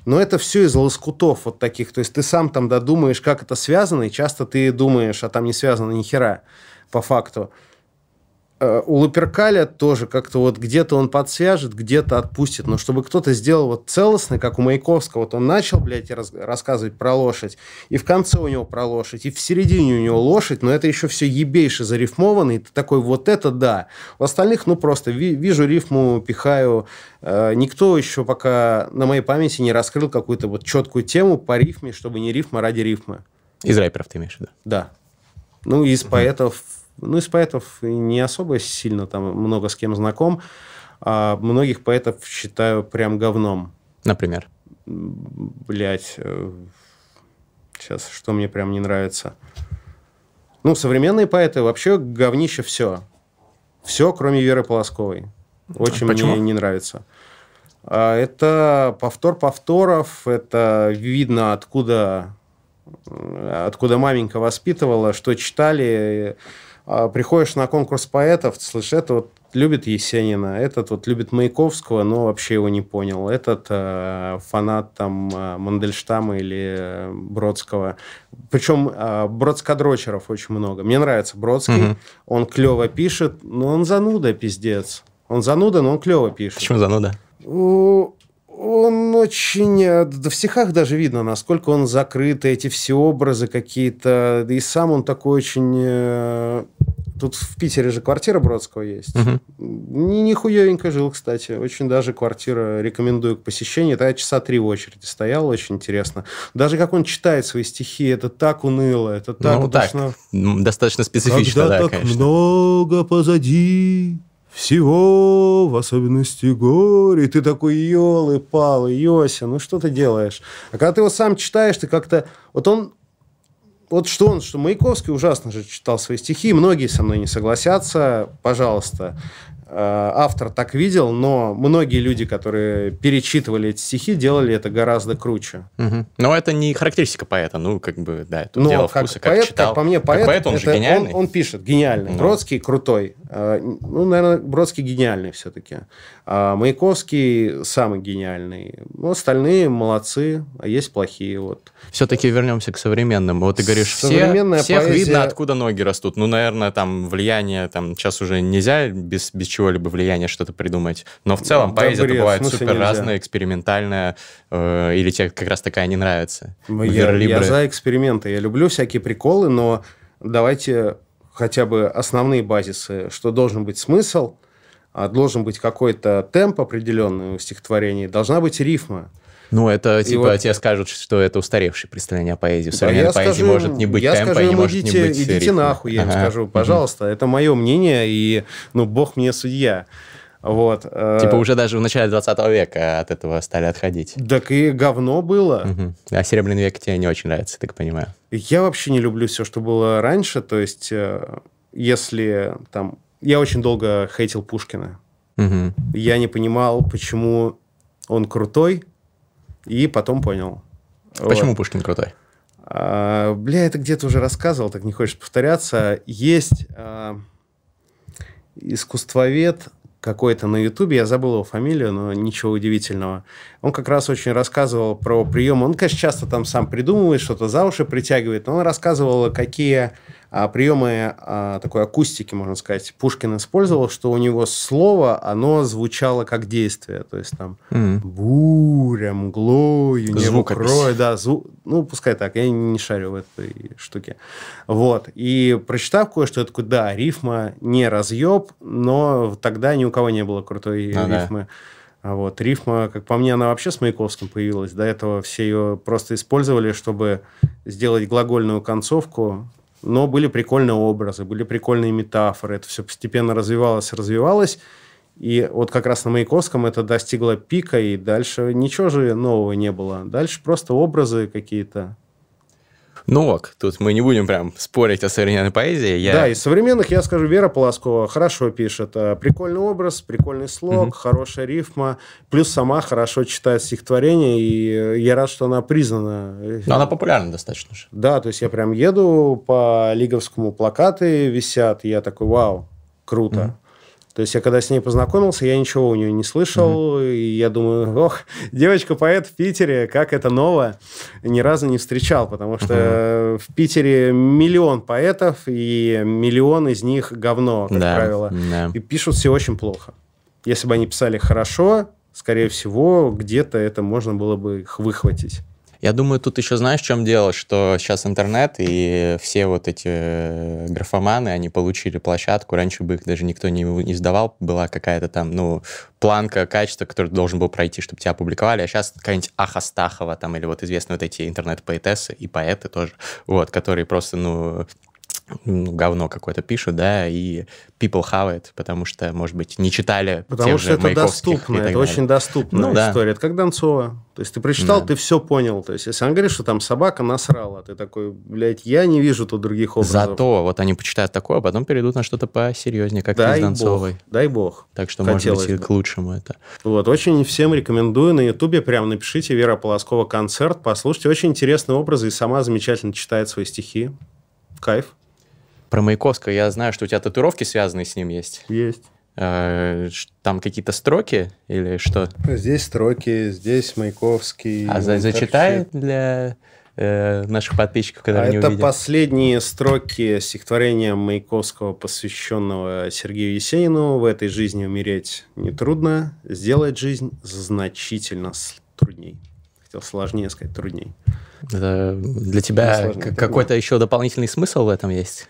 Но это все из лоскутов вот таких. То есть ты сам там додумаешь, как это связано, и часто ты думаешь, а там не связано ни хера по факту. У Луперкаля тоже как-то вот где-то он подсвяжет, где-то отпустит. Но чтобы кто-то сделал вот целостный, как у Маяковского, вот он начал, блядь, раз, рассказывать про лошадь, и в конце у него про лошадь, и в середине у него лошадь, но это еще все ебейше зарифмовано, и ты такой, вот это да. У остальных, ну, просто ви- вижу рифму, пихаю. Э, никто еще пока на моей памяти не раскрыл какую-то вот четкую тему по рифме, чтобы не рифма ради рифмы. Из рэперов ты имеешь в виду? Да. Ну, из угу. поэтов... Ну, из поэтов не особо сильно там много с кем знаком, а многих поэтов считаю прям говном. Например? Блять, сейчас, что мне прям не нравится. Ну, современные поэты вообще говнище все. Все, кроме Веры Полосковой. Очень Почему? Мне не нравится. Это повтор повторов, это видно, откуда, откуда маменька воспитывала, что читали. Приходишь на конкурс поэтов, слышишь, это вот любит Есенина, этот вот любит Маяковского, но вообще его не понял. Этот э, фанат там Мандельштама или Бродского. Причем э, бродскодрочеров очень много. Мне нравится Бродский, угу. он клево пишет, но он зануда, пиздец. Он зануда, но он клево пишет. Почему зануда? Он очень... Да в стихах даже видно, насколько он закрыт, эти все образы какие-то. И сам он такой очень... Тут в Питере же квартира Бродского есть. Угу. Нихуевенько жил, кстати. Очень даже квартира рекомендую к посещению. Это я часа три в очереди стоял, очень интересно. Даже как он читает свои стихи, это так уныло, это так... Ну, удачно. Так, достаточно специфично, когда да, так конечно. Много позади... Всего, в особенности горе. И ты такой, елы-палы, Йося, ну что ты делаешь? А когда ты его сам читаешь, ты как-то... Вот он... Вот что он, что Маяковский ужасно же читал свои стихи. Многие со мной не согласятся. Пожалуйста. Автор так видел, но многие люди, которые перечитывали эти стихи, делали это гораздо круче. Угу. Но это не характеристика поэта, ну, как бы, да, это но дело как вкуса, как поэт, читал. Как по мне, поэт, как поэт он это, же гениальный. Он, он пишет гениальный. Но. Бродский крутой. Ну, наверное, Бродский гениальный все-таки. А Маяковский самый гениальный. Ну, остальные молодцы, а есть плохие. Вот. Все-таки вернемся к современному. Вот ты говоришь, все, всех поэзия... видно, откуда ноги растут. Ну, наверное, там влияние, там сейчас уже нельзя без, без чего-либо влияния что-то придумать. Но в целом да, поэзия бред, бывает супер разная, экспериментальная, э, или тебе как раз такая не нравится. Я, я за эксперименты. Я люблю всякие приколы, но давайте хотя бы основные базисы, что должен быть смысл, должен быть какой-то темп определенный в стихотворении, должна быть рифма. Ну, это, типа, вот... тебе скажут, что это устаревшее представление о поэзии. В современной да, поэзии скажу, может не быть темпа, и не может идите, не быть идите рифма. нахуй, я ага. им скажу, пожалуйста, угу. это мое мнение, и, ну, бог мне судья. Вот. Типа уже даже в начале двадцатого века от этого стали отходить. Так и говно было. Угу. А Серебряный век тебе не очень нравится, так понимаю. Я вообще не люблю все, что было раньше. То есть, если там... Я очень долго хейтил Пушкина. Угу. Я не понимал, почему он крутой, и потом понял. Почему вот. Пушкин крутой? А, бля, это где-то уже рассказывал, так не хочешь повторяться. Есть а, искусствовед... какой-то на Ютубе, я забыл его фамилию, но ничего удивительного. Он как раз очень рассказывал про приемы. Он, конечно, часто там сам придумывает, что-то за уши притягивает, но он рассказывал, какие а, приемы а, такой акустики, можно сказать, Пушкин использовал, что у него слово, оно звучало как действие. То есть там mm-hmm. буря, мглою, небо кроет. Да, зву... Ну, пускай так, я не шарю в этой штуке. Вот. И прочитав кое-что, я такой, да, рифма не разъеб, но тогда ни у кого не было крутой ну, рифмы. Да. Вот. Рифма, как по мне, она вообще с Маяковским появилась. До этого все ее просто использовали, чтобы сделать глагольную концовку. Но были прикольные образы, были прикольные метафоры. Это все постепенно развивалось, развивалось. И вот как раз на Маяковском это достигло пика, и дальше ничего же нового не было. Дальше просто образы какие-то. Ну ок, тут мы не будем прям спорить о современной поэзии. Я... Да, из современных я скажу, Вера Полоскова хорошо пишет. Прикольный образ, прикольный слог, угу. хорошая рифма. Плюс сама хорошо читает стихотворение, и я рад, что она признана. Но она популярна достаточно же. Да, то есть я прям еду по Лиговскому, плакаты висят, и я такой, вау, круто. То есть я когда с ней познакомился, я ничего у нее не слышал, mm-hmm. и я думаю, ох, девочка-поэт в Питере, как это ново, ни разу не встречал, потому что mm-hmm. в Питере миллион поэтов, и миллион из них говно, как да, правило, да. и пишут все очень плохо. Если бы они писали хорошо, скорее всего, где-то это можно было бы их выхватить. Я думаю, тут еще знаешь, в чем дело, что сейчас интернет и все вот эти графоманы, они получили площадку, раньше бы их даже никто не, не сдавал, была какая-то там, ну, планка качества, которую ты должен был пройти, чтобы тебя опубликовали, а сейчас какая-нибудь Аха Стахова там, или вот известные вот эти интернет-поэтессы и поэты тоже, вот, которые просто, ну... ну, говно какое-то пишут, да, и people have it, потому что, может быть, не читали потому тех что же это Маяковских доступно, это далее. очень доступная ну, да. история. Это как Донцова. То есть ты прочитал, да. ты все понял. То есть если он говорит, что там собака насрала, ты такой, блядь, я не вижу тут других образов. Зато вот они почитают такое, а потом перейдут на что-то посерьезнее, как дай из Донцовой. Бог, дай бог. Так что, хотелось может быть, бы. И к лучшему это. Вот, очень всем рекомендую. На Ютубе прям напишите Вера Полоскова концерт, послушайте. Очень интересные образы, и сама замечательно читает свои стихи. Кайф. Про Маяковского я знаю, что у тебя татуировки, связанные с ним, есть. Есть. Там какие-то строки или что? Здесь строки, здесь Маяковский. А за, зачитай для э, наших подписчиков, которые а не это увидят. последние строки стихотворения Маяковского, посвященного Сергею Есенину. В этой жизни умереть нетрудно, сделать жизнь значительно трудней. Хотел сложнее сказать, трудней. Это для тебя какой-то еще дополнительный смысл в этом есть?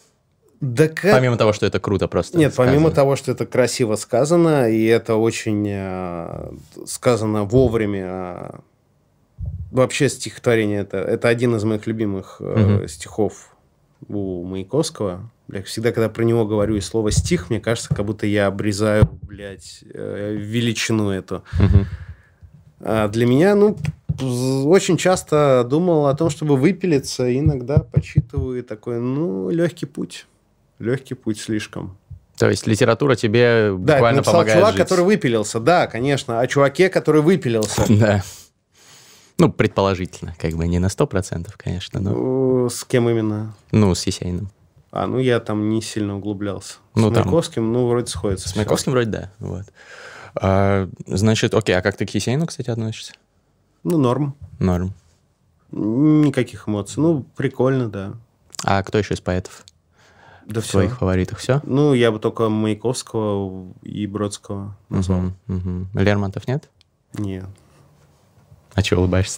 Да как... Помимо того, что это круто просто Нет, сказано. помимо того, что это красиво сказано, и это очень э, сказано вовремя. Э, вообще стихотворение, это, это один из моих любимых э, mm-hmm. стихов у Маяковского. Блядь, всегда, когда про него говорю и слово «стих», мне кажется, как будто я обрезаю, блядь, э, величину эту. Mm-hmm. А для меня, ну... Очень часто думал о том, чтобы выпилиться, и иногда почитываю такой, ну, легкий путь. Легкий путь слишком. То есть литература тебе да, буквально написал помогает чувак, жить. который выпилился, да, конечно, о чуваке, который выпилился. Да. Ну, предположительно, как бы не на сто процентов, конечно, но... С кем именно? Ну, с Есениным. А, ну, я там не сильно углублялся. Ну, с там... Маяковским, ну, вроде сходится. С Маяковским вроде да, вот. А, значит, окей, а как ты к Есенину, кстати, относишься? Ну, норм. Норм. Никаких эмоций. Ну, прикольно, да. А кто еще из поэтов? Да в все. твоих фаворитах все? Ну, я бы только Маяковского и Бродского назвал. Угу, угу. Лермонтов нет? Нет. А чего улыбаешься?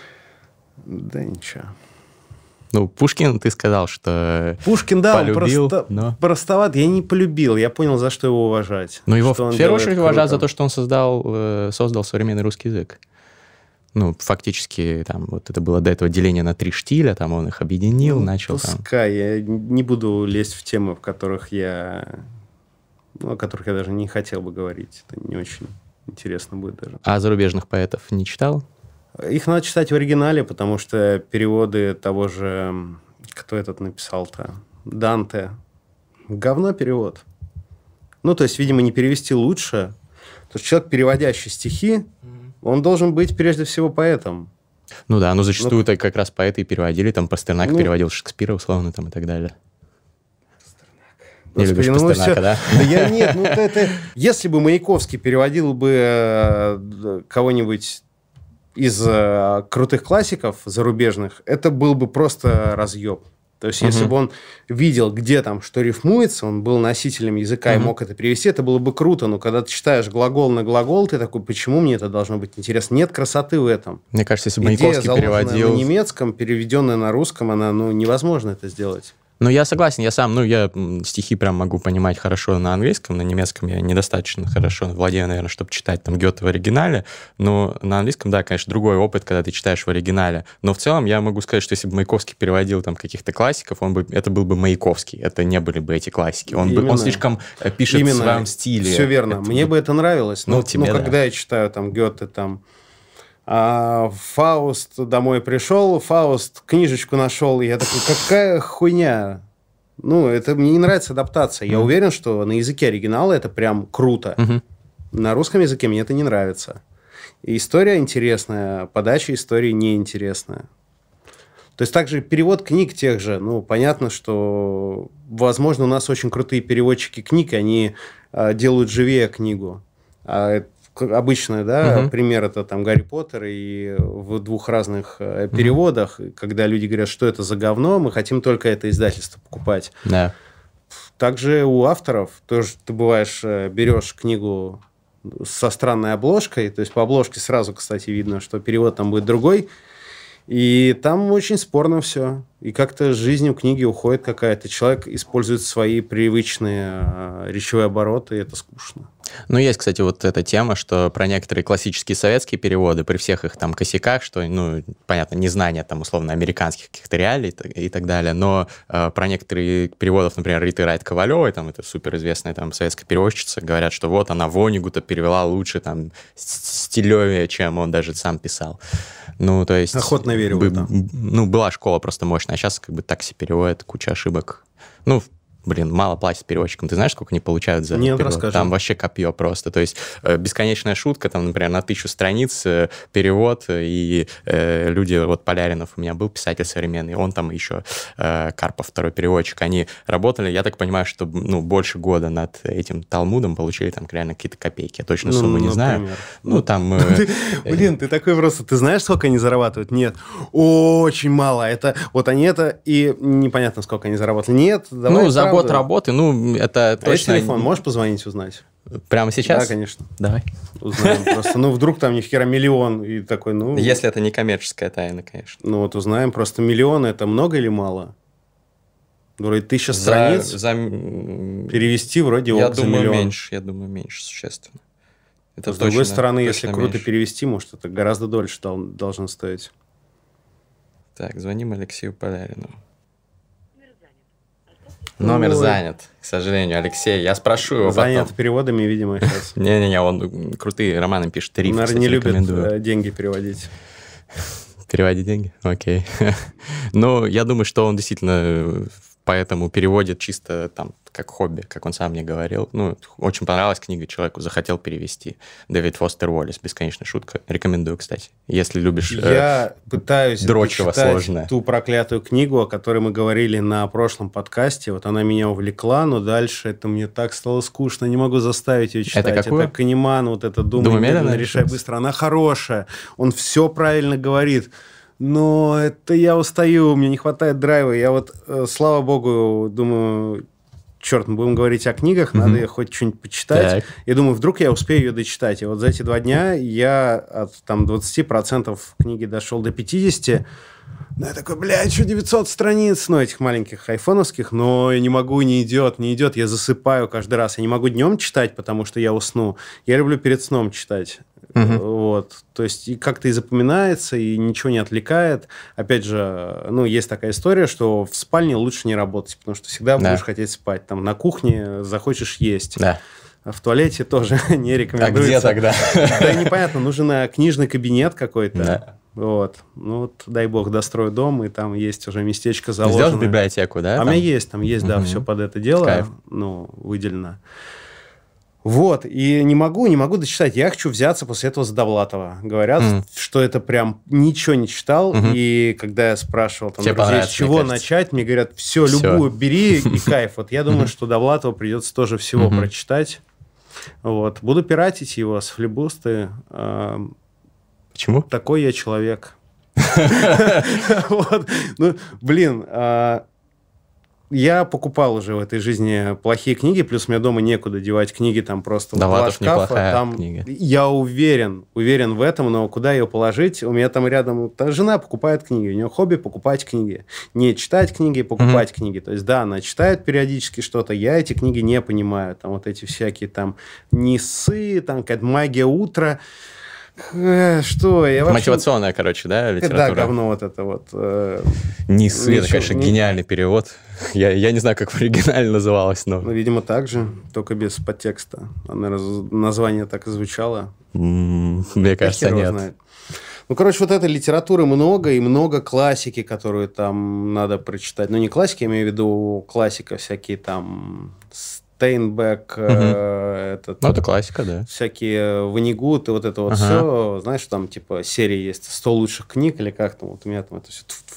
Да ничего. Ну, Пушкин, ты сказал, что Пушкин, да, полюбил, он просто, но... простоват. Я не полюбил, я понял, за что его уважать. Ну, его в первую очередь уважают за то, что он создал, создал современный русский язык. Ну, фактически, там, вот это было до этого деление на три штиля, там он их объединил, ну, начал пускай, там... я не буду лезть в темы, в которых я... Ну, о которых я даже не хотел бы говорить. Это не очень интересно будет даже. А зарубежных поэтов не читал? Их надо читать в оригинале, потому что переводы того же... Кто этот написал-то? Данте. Говно перевод. Ну, то есть, видимо, не перевести лучше. То есть, человек, переводящий стихи, он должен быть прежде всего поэтом. Ну да, ну зачастую ну, как раз поэты и переводили, там Пастернак ну, переводил Шекспира, условно, там и так далее. Пастернак. Не любишь ну, Пастернака, да? Да я нет, ну это... Если бы Маяковский переводил бы э, кого-нибудь из э, крутых классиков зарубежных, это был бы просто разъеб. То есть, uh-huh. если бы он видел, где там что рифмуется, он был носителем языка uh-huh. и мог это перевести, это было бы круто. Но когда ты читаешь глагол на глагол, ты такой, почему мне это должно быть интересно? Нет красоты в этом. Мне кажется, если бы Маяковский переводил... на немецком, переведенная на русском, она, ну, невозможно это сделать. Ну, я согласен, я сам, ну, я стихи прям могу понимать хорошо на английском, на немецком я недостаточно хорошо владею, наверное, чтобы читать там Гёте в оригинале, но на английском, да, конечно, другой опыт, когда ты читаешь в оригинале, но в целом я могу сказать, что если бы Маяковский переводил там каких-то классиков, он бы, это был бы Маяковский, это не были бы эти классики, он, бы, он слишком пишет Именно. в своем стиле. Все верно, это... мне бы это нравилось, но, ну, тебе, но да. когда я читаю там Гёте, там А, Фауст домой пришел, Фауст книжечку нашел, и я такой, какая хуйня. Ну, это мне не нравится адаптация. Я mm-hmm. уверен, что на языке оригинала это прям круто. Mm-hmm. На русском языке мне это не нравится. И история интересная, подача истории неинтересная. То есть также перевод книг тех же. Ну, понятно, что, возможно, у нас очень крутые переводчики книг, они э, делают живее книгу. А обычно, да, uh-huh. пример это там Гарри Поттер и в двух разных э, переводах, uh-huh. когда люди говорят, что это за говно, мы хотим только это издательство покупать. Yeah. Также у авторов тоже ты бываешь, берешь книгу со странной обложкой, то есть по обложке сразу, кстати, видно, что перевод там будет другой, и там очень спорно все. И как-то жизнь у книги уходит какая-то. Человек использует свои привычные э, речевые обороты, и это скучно. Ну, есть, кстати, вот эта тема, что про некоторые классические советские переводы, при всех их там косяках, что, ну, понятно, незнание там, условно, американских каких-то реалий и так далее, но э, про некоторые переводов, например, Риты Райт Ковалевой, там, это суперизвестная там советская переводчица, говорят, что вот она Вонигута перевела лучше, там, стилевее, чем он даже сам писал. Ну, то есть... Охотно верю в это. Ну, была школа просто мощная, а сейчас как бы так себе переводят, куча ошибок. Ну, блин, мало платят переводчикам. Ты знаешь, сколько они получают за Нет, перевод? расскажи. Там вообще копье просто. То есть э, бесконечная шутка, там, например, на тысячу страниц э, перевод, и э, люди, вот Поляринов у меня был писатель современный, он там еще, э, Карпов, второй переводчик, они работали, я так понимаю, что, ну, больше года над этим Талмудом, получили там реально какие-то копейки. Я точно ну, сумму не например. знаю. Ну, там... Блин, ты такой просто... Ты знаешь, сколько они зарабатывают? Нет. Очень мало. Это вот они это... И непонятно, сколько они зарабатывали. Нет, давай. Ну, за год работы, ну, это а точно... есть телефон? Можешь позвонить, узнать? Прямо сейчас? Да, конечно. Давай. Узнаем просто. Ну, вдруг там ни хера миллион. И такой, ну... Если это не коммерческая тайна, конечно. Ну, вот узнаем. Просто миллион – это много или мало? Вроде тысяча страниц. За... За... Перевести вроде я ок за думаю, миллион. меньше. Я думаю, меньше, существенно. Это С точно, другой стороны, если точно круто меньше. перевести, может, это гораздо дольше дол- должно стоить. Так, звоним Алексею Полярину. Номер Ой. занят, к сожалению, Алексей. Я спрошу его Занят потом. переводами, видимо, сейчас. Не-не-не, он крутые романы пишет. Риф, Наверное, кстати, не любит рекомендую. э, деньги переводить. Переводить деньги? Окей. Ну, я думаю, что он действительно поэтому переводит чисто там как хобби, как он сам мне говорил. Ну, очень понравилась книга человеку, захотел перевести. Дэвид Фостер Уоллес, «Бесконечная шутка». Рекомендую, кстати. Если любишь Я э, пытаюсь дрочево читать сложное. ту проклятую книгу, о которой мы говорили на прошлом подкасте. Вот она меня увлекла, но дальше это мне так стало скучно. Не могу заставить ее читать. Это какую? Это Канеман, вот это «Думай, «Думай медленно, медленно, решай быстро». Она хорошая. Он все правильно говорит. Но это я устаю, мне не хватает драйва. Я вот, э, слава богу, думаю, черт, мы будем говорить о книгах, mm-hmm. надо я хоть что-нибудь почитать. Так. Я думаю, вдруг я успею ее дочитать. И вот за эти два дня я от там, двадцать процентов книги дошел до пятьдесят процентов. Ну, я такой, блядь, что девятьсот страниц, ну, этих маленьких айфоновских, но я не могу, не идет, не идет, я засыпаю каждый раз. Я не могу днем читать, потому что я усну. Я люблю перед сном читать. Uh-huh. Вот. То есть и как-то и запоминается, и ничего не отвлекает. Опять же, ну, есть такая история, что в спальне лучше не работать, потому что всегда да. будешь хотеть спать. Там на кухне захочешь есть. Да. А в туалете тоже не рекомендуется. А где тогда? Да, непонятно, нужен книжный кабинет какой-то. Да. Вот. Ну, вот, дай бог, дострою дом, и там есть уже местечко заложенное. Сделал библиотеку, да? А там? у меня есть, там есть, да, угу. все под это дело. Кайф. Ну, выделено. Вот, и не могу, не могу дочитать. Я хочу взяться после этого за Довлатова. Говорят, mm. что это прям ничего не читал. Mm-hmm. И когда я спрашивал, там, друзей, с чего начать, мне говорят, все, все, любую бери, и кайф. Вот я думаю, mm-hmm. что Довлатова придется тоже всего mm-hmm. прочитать. Вот. Буду пиратить его с флибусты. Почему? Такой я человек. Ну, блин... Я покупал уже в этой жизни плохие книги, плюс у меня дома некуда девать книги, там просто два шкафа. Там книга. Я уверен, уверен в этом, но куда ее положить? У меня там рядом жена покупает книги, у нее хобби покупать книги. Не читать книги, покупать mm-hmm. книги. То есть, да, она читает периодически что-то, я эти книги не понимаю. Там вот эти всякие там Нисы, там какая-то магия утра. Что? Я вообще... Мотивационная, короче, да, литература? Да, говно вот это вот. Э... Нисы, это, конечно, не... гениальный перевод. Я, я не знаю, как в оригинале называлось, но... Ну, видимо, так же, только без подтекста. Название так и звучало. Mm, мне кажется, нет. Знает. Ну, короче, вот этой литературы много, и много классики, которую там надо прочитать. Ну, не классики, я имею в виду классика, всякие там... Стейнбек, угу. э, этот, ну, это классика, да. Всякие Ванигут и вот это вот ага. все. Знаешь, там типа серии есть сто лучших книг или как там. Вот у меня там это все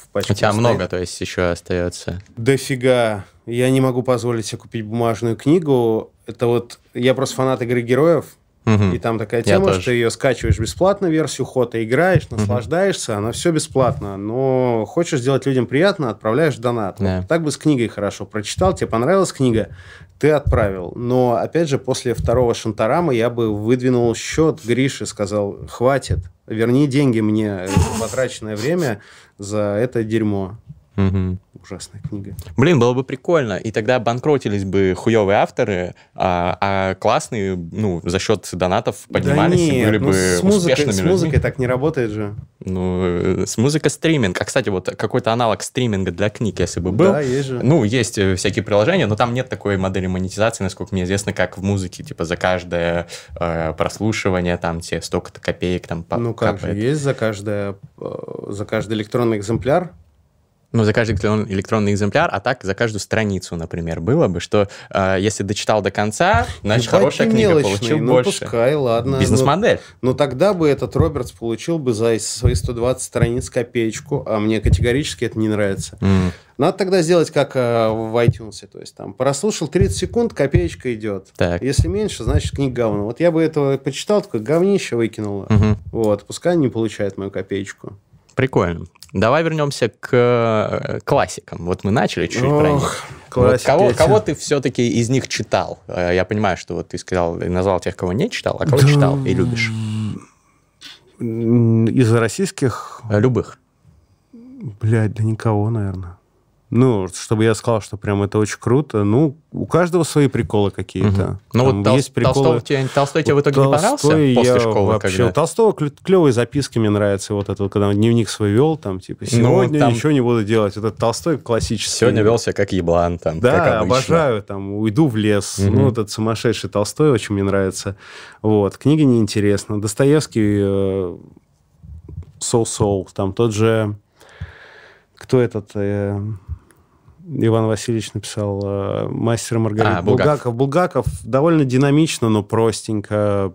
пачке. У тебя стоит. много, то есть, еще остается. Дофига. Я не могу позволить себе купить бумажную книгу. Это вот... Я просто фанат игры героев. Угу. И там такая тема, что ты ее скачиваешь бесплатно, версию Хота, играешь, наслаждаешься, угу. она все бесплатно. Но хочешь сделать людям приятно, отправляешь донат. Да. Вот так бы с книгой хорошо. Прочитал, тебе понравилась книга, ты отправил. Но, опять же, после второго Шантарама я бы выдвинул счет Грише, сказал, хватит, верни деньги мне за потраченное время за это дерьмо. Угу. Ужасная книга. Блин, было бы прикольно. И тогда банкротились бы хуевые авторы, а, а классные, ну, за счет донатов поднимались, да нет, и были ну, бы с музыкой, успешными с людьми. музыкой так не работает же. Ну, с музыкой стриминг. А, кстати, вот какой-то аналог стриминга для книг, если бы был. Да, есть же. Ну, есть всякие приложения, но там нет такой модели монетизации, насколько мне известно, как в музыке. Типа за каждое э, прослушивание там тебе столько-то копеек там по- Ну, как капает. же, есть за, каждое, за каждый электронный экземпляр. Ну, за каждый электронный экземпляр, а так за каждую страницу, например, было бы, что э, если дочитал до конца, значит, Ебать, хорошая книга, мелочный. получил ну, больше. Пускай, ладно. Бизнес-модель. Но, но тогда бы этот Робертс получил бы за свои сто двадцать страниц копеечку, а мне категорически это не нравится. Mm. Надо тогда сделать, как э, в iTunes, то есть там прослушал тридцать секунд, копеечка идет. Так. Если меньше, значит книга говно. Вот я бы этого почитал, такое говнище выкинула. Mm-hmm. Вот, пускай не получает мою копеечку. Прикольно. Давай вернемся к классикам. Вот мы начали чуть-чуть Ох, про них. Вот кого, кого ты все-таки из них читал? Я понимаю, что вот ты сказал, назвал тех, кого не читал, а кого да... читал и любишь? Из российских? Любых. Блядь, да никого, наверное. Ну, чтобы я сказал, что прям это очень круто. Ну, у каждого свои приколы какие-то. Угу. Ну, вот тол- есть приколы... Толстого тебе, Толстой тебе в итоге не понравился после школы? Вообще, когда... у Толстого клевые записки мне нравятся. Вот это вот, когда он дневник свой вел, там, типа, сегодня ну, там... ничего не буду делать. Вот этот Толстой классический. Сегодня велся как еблан, там, да, как обычно. обожаю, там, уйду в лес. Угу. Ну, вот этот сумасшедший Толстой очень мне нравится. Вот, книги неинтересны. Достоевский, э, Соу-Соу, там тот же... Кто этот... Э, Иван Васильевич написал э, «Мастер и Маргарита». А, Булгаков. Булгаков довольно динамично, но простенько.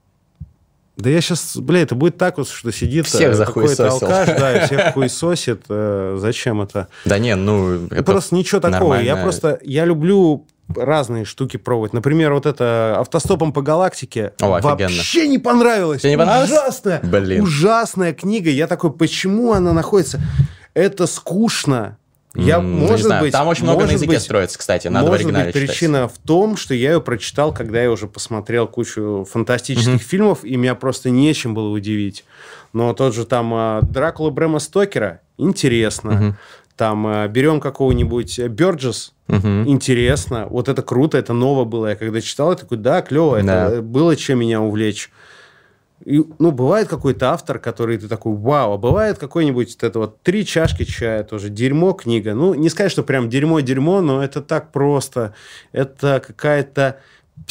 Да я сейчас... Бля, это будет так вот, что сидит всех какой-то алкаш, да, и всех хуесосит. Э, зачем это? Да не, ну... Это просто ничего такого. Нормально. Я просто... Я люблю разные штуки пробовать. Например, вот это «Автостопом по галактике». О, вообще не понравилось. Тебе не понравилось? Ужасная, Блин. ужасная книга. Я такой, почему она находится... Это скучно. Я, mm, может знаю. быть, там очень много на языке быть, строится, кстати. Надо может в оригинале быть, читать. причина в том, что я ее прочитал, когда я уже посмотрел кучу фантастических mm-hmm. фильмов, и меня просто нечем было удивить. Но тот же там Дракула Брэма Стокера интересно. Mm-hmm. Там берем какого-нибудь Бёрджес, mm-hmm. интересно. Вот это круто, это ново было. Я когда читал, я такой, да, клево, да. Это было чем меня увлечь. И, ну, бывает какой-то автор, который ты такой, вау, а бывает какой-нибудь вот это вот «Три чашки чая», тоже дерьмо книга. Ну, не сказать, что прям дерьмо-дерьмо, но это так просто. Это какая-то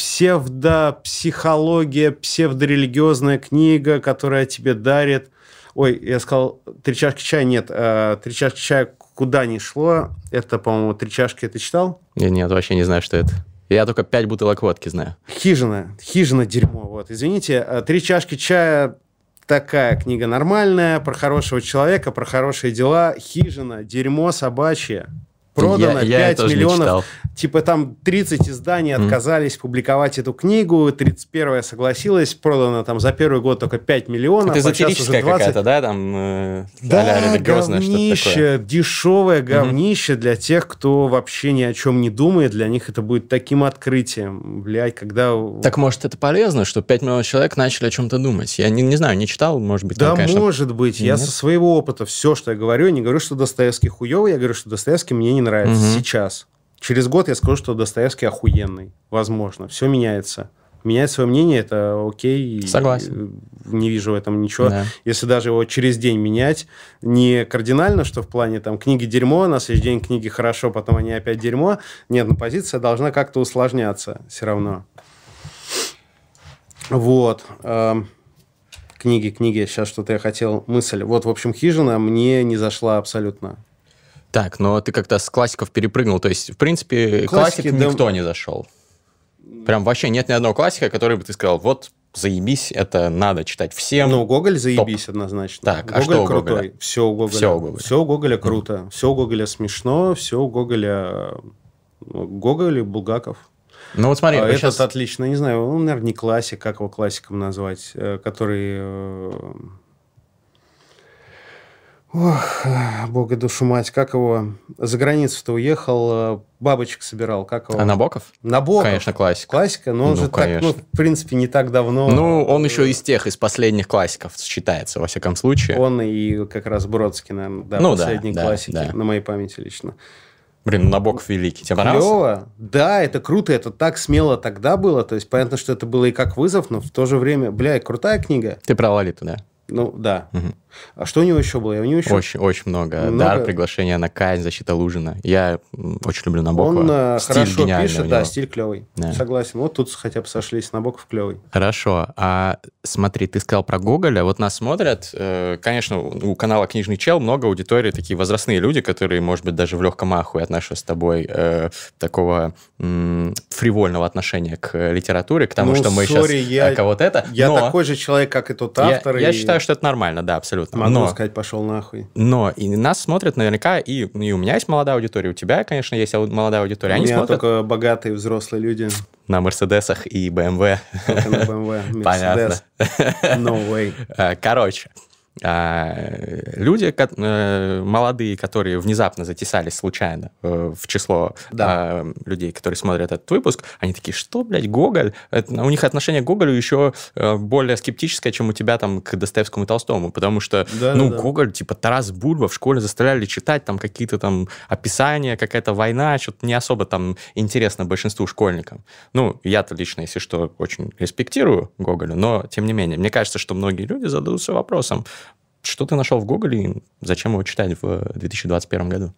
псевдопсихология, псевдорелигиозная книга, которая тебе дарит... Ой, я сказал «Три чашки чая», нет, «Три чашки чая» куда ни шло. Это, по-моему, «Три чашки» ты читал? Нет, нет, вообще не знаю, что это. Я только пять бутылок водки знаю. Хижина. Хижина дерьмо. Вот. Извините, «Три чашки чая» такая книга нормальная, про хорошего человека, про хорошие дела. Хижина. Дерьмо собачье. Продано я, пять миллионов. Типа там тридцать изданий mm. отказались публиковать эту книгу, тридцать первая согласилась, продано там за первый год только пять миллионов. Это эзотерическая двадцать... какая-то, да? Там, э, да, говнище, дешевое говнище mm-hmm. для тех, кто вообще ни о чем не думает. Для них это будет таким открытием. Блядь, когда... Так может это полезно, что пять миллионов человек начали о чем-то думать? Я не, не знаю, не читал, может быть. Да, там, конечно... может быть. Я Нет? со своего опыта все, что я говорю, я не говорю, что Достоевский хуёвый, я говорю, что Достоевский мне не нравится угу. сейчас. Через год я скажу, что Достоевский охуенный. Возможно. Все меняется. Менять свое мнение – это окей. Согласен. Не вижу в этом ничего. Да. Если даже его через день менять, не кардинально, что в плане там книги дерьмо, на следующий день книги хорошо, потом они опять дерьмо. Нет, но позиция должна как-то усложняться все равно. Вот. Книги, книги. Сейчас что-то я хотел... Мысль. Вот, в общем, «Хижина» мне не зашла абсолютно. Так, но ты как-то с классиков перепрыгнул. То есть, в принципе, классик да... никто не зашел. Прям вообще нет ни одного классика, который бы ты сказал, вот заебись, это надо читать всем. Ну, Гоголь заебись топ. Однозначно. Так, Гоголь а что у крутой. Гоголя? Все у Гоголя. Все у Гоголя, все у Гоголя круто. Mm. Все у Гоголя смешно, все у Гоголя... Гоголь и Булгаков. Ну, вот смотри. А этот сейчас... отлично. Не знаю, он, наверное, не классик, как его классиком назвать, который... Ох, бога душу мать, как его... За границу-то уехал, бабочек собирал, как его... А Набоков? Набоков. Конечно, классик. Классика, но он ну, же так, ну, в принципе, не так давно... Ну, он еще из тех, из последних классиков считается, во всяком случае. Он и как раз Бродский, наверное, да, ну, последние да, классики, да, да. на моей памяти лично. Блин, Набоков великий. Тебе понравился? Клево. Да, это круто, это так смело тогда было, то есть понятно, что это было и как вызов, но в то же время, бля, крутая книга. Ты про Лолиту, да? Ну, да. Угу. А что у него еще было? У него еще... Очень, очень много. много. Дар, приглашение на казнь, защита Лужина. Я очень люблю Набокова. Он э, стиль хорошо пишет, у него. да, стиль клевый. Да. Согласен. Вот тут хотя бы сошлись, Набоков клевый. Хорошо. А смотри, ты сказал про Гоголя. Вот нас смотрят, э, конечно, у канала «Книжный чел» много аудитории, такие возрастные люди, которые, может быть, даже в легком ахуе отношутся с тобой э, такого м- фривольного отношения к литературе, к тому, ну, что мы sorry, сейчас я, кого-то это. Я но такой же человек, как и тот автор. Я, я и... считаю, что это нормально, да, абсолютно. Могу но, сказать, пошел нахуй. Но и нас смотрят наверняка, и, и у меня есть молодая аудитория, у тебя, конечно, есть молодая аудитория. У Они меня смотрят только богатые взрослые люди. на Мерседесах и бэ эм вэ. Только на бэ эм вэ, Мерседес. No way. Короче, люди молодые, которые внезапно затесались случайно в число да. людей, которые смотрят этот выпуск, они такие, что, блядь, Гоголь? Это, у них отношение к Гоголю еще более скептическое, чем у тебя там к Достоевскому и Толстому, потому что, да, ну, да, да. Гоголь, типа Тарас Бульба в школе заставляли читать там какие-то там описания, какая-то война, что-то не особо там интересно большинству школьникам. Ну, я-то лично, если что, очень респектирую Гоголя, но, тем не менее, мне кажется, что многие люди зададутся вопросом, что ты нашел в Гоголе и зачем его читать в две тысячи двадцать первом году?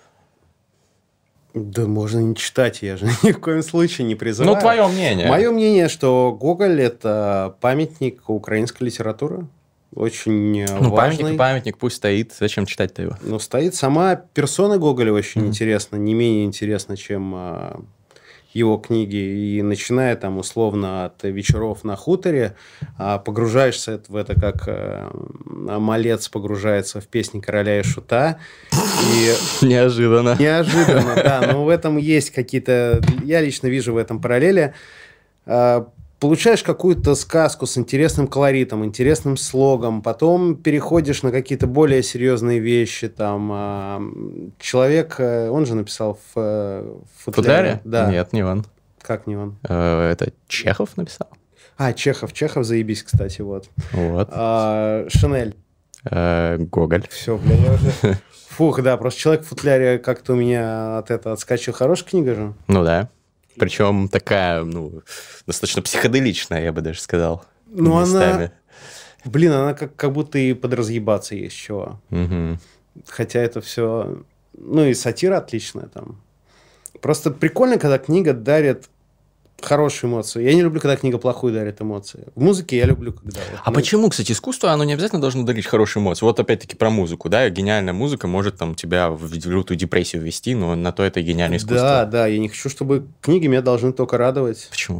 Да можно не читать, я же ни в коем случае не призываю. Ну, твое мнение. Мое мнение, что Гоголь – это памятник украинской литературы. Очень ну, важный. Памятник и памятник, пусть стоит. Зачем читать-то его? Ну, стоит. Сама персона Гоголя очень Mm-hmm. интересна, не менее интересна, чем а, его книги. И начиная там условно от «Вечеров на хуторе», а, погружаешься в это, как а, малец погружается в «Песни короля и шута». И... Неожиданно. Неожиданно, да. Но в этом есть какие-то... Я лично вижу в этом параллели. А, получаешь какую-то сказку с интересным колоритом, интересным слогом, потом переходишь на какие-то более серьезные вещи. Там, а, человек, он же написал в, в футляре. Футляре? Да. Нет, не он. Как не он? Это Чехов написал? А, Чехов. Чехов, заебись, кстати, вот. Вот. А, Шинель. А, Гоголь. Все, блин, я уже... Фух, да, просто «Человек в футляре» как-то у меня от этого отскочил. Хорошая книга же. Ну да. Причем такая, ну, достаточно психоделичная, я бы даже сказал. Ну, местами. она... Блин, она как, как будто и подразъебаться есть чего. Угу. Хотя это все... Ну, и сатира отличная там. Просто прикольно, когда книга дарит хорошую эмоцию. Я не люблю, когда книга плохую дарит эмоции. В музыке я люблю, когда... Вот, а ну... почему, кстати, искусство, оно не обязательно должно дарить хорошие эмоции? Вот опять-таки про музыку, да? Гениальная музыка может там тебя в лютую депрессию ввести, но на то это и гениальное искусство. Да, да, я не хочу, чтобы книги меня должны только радовать. Почему?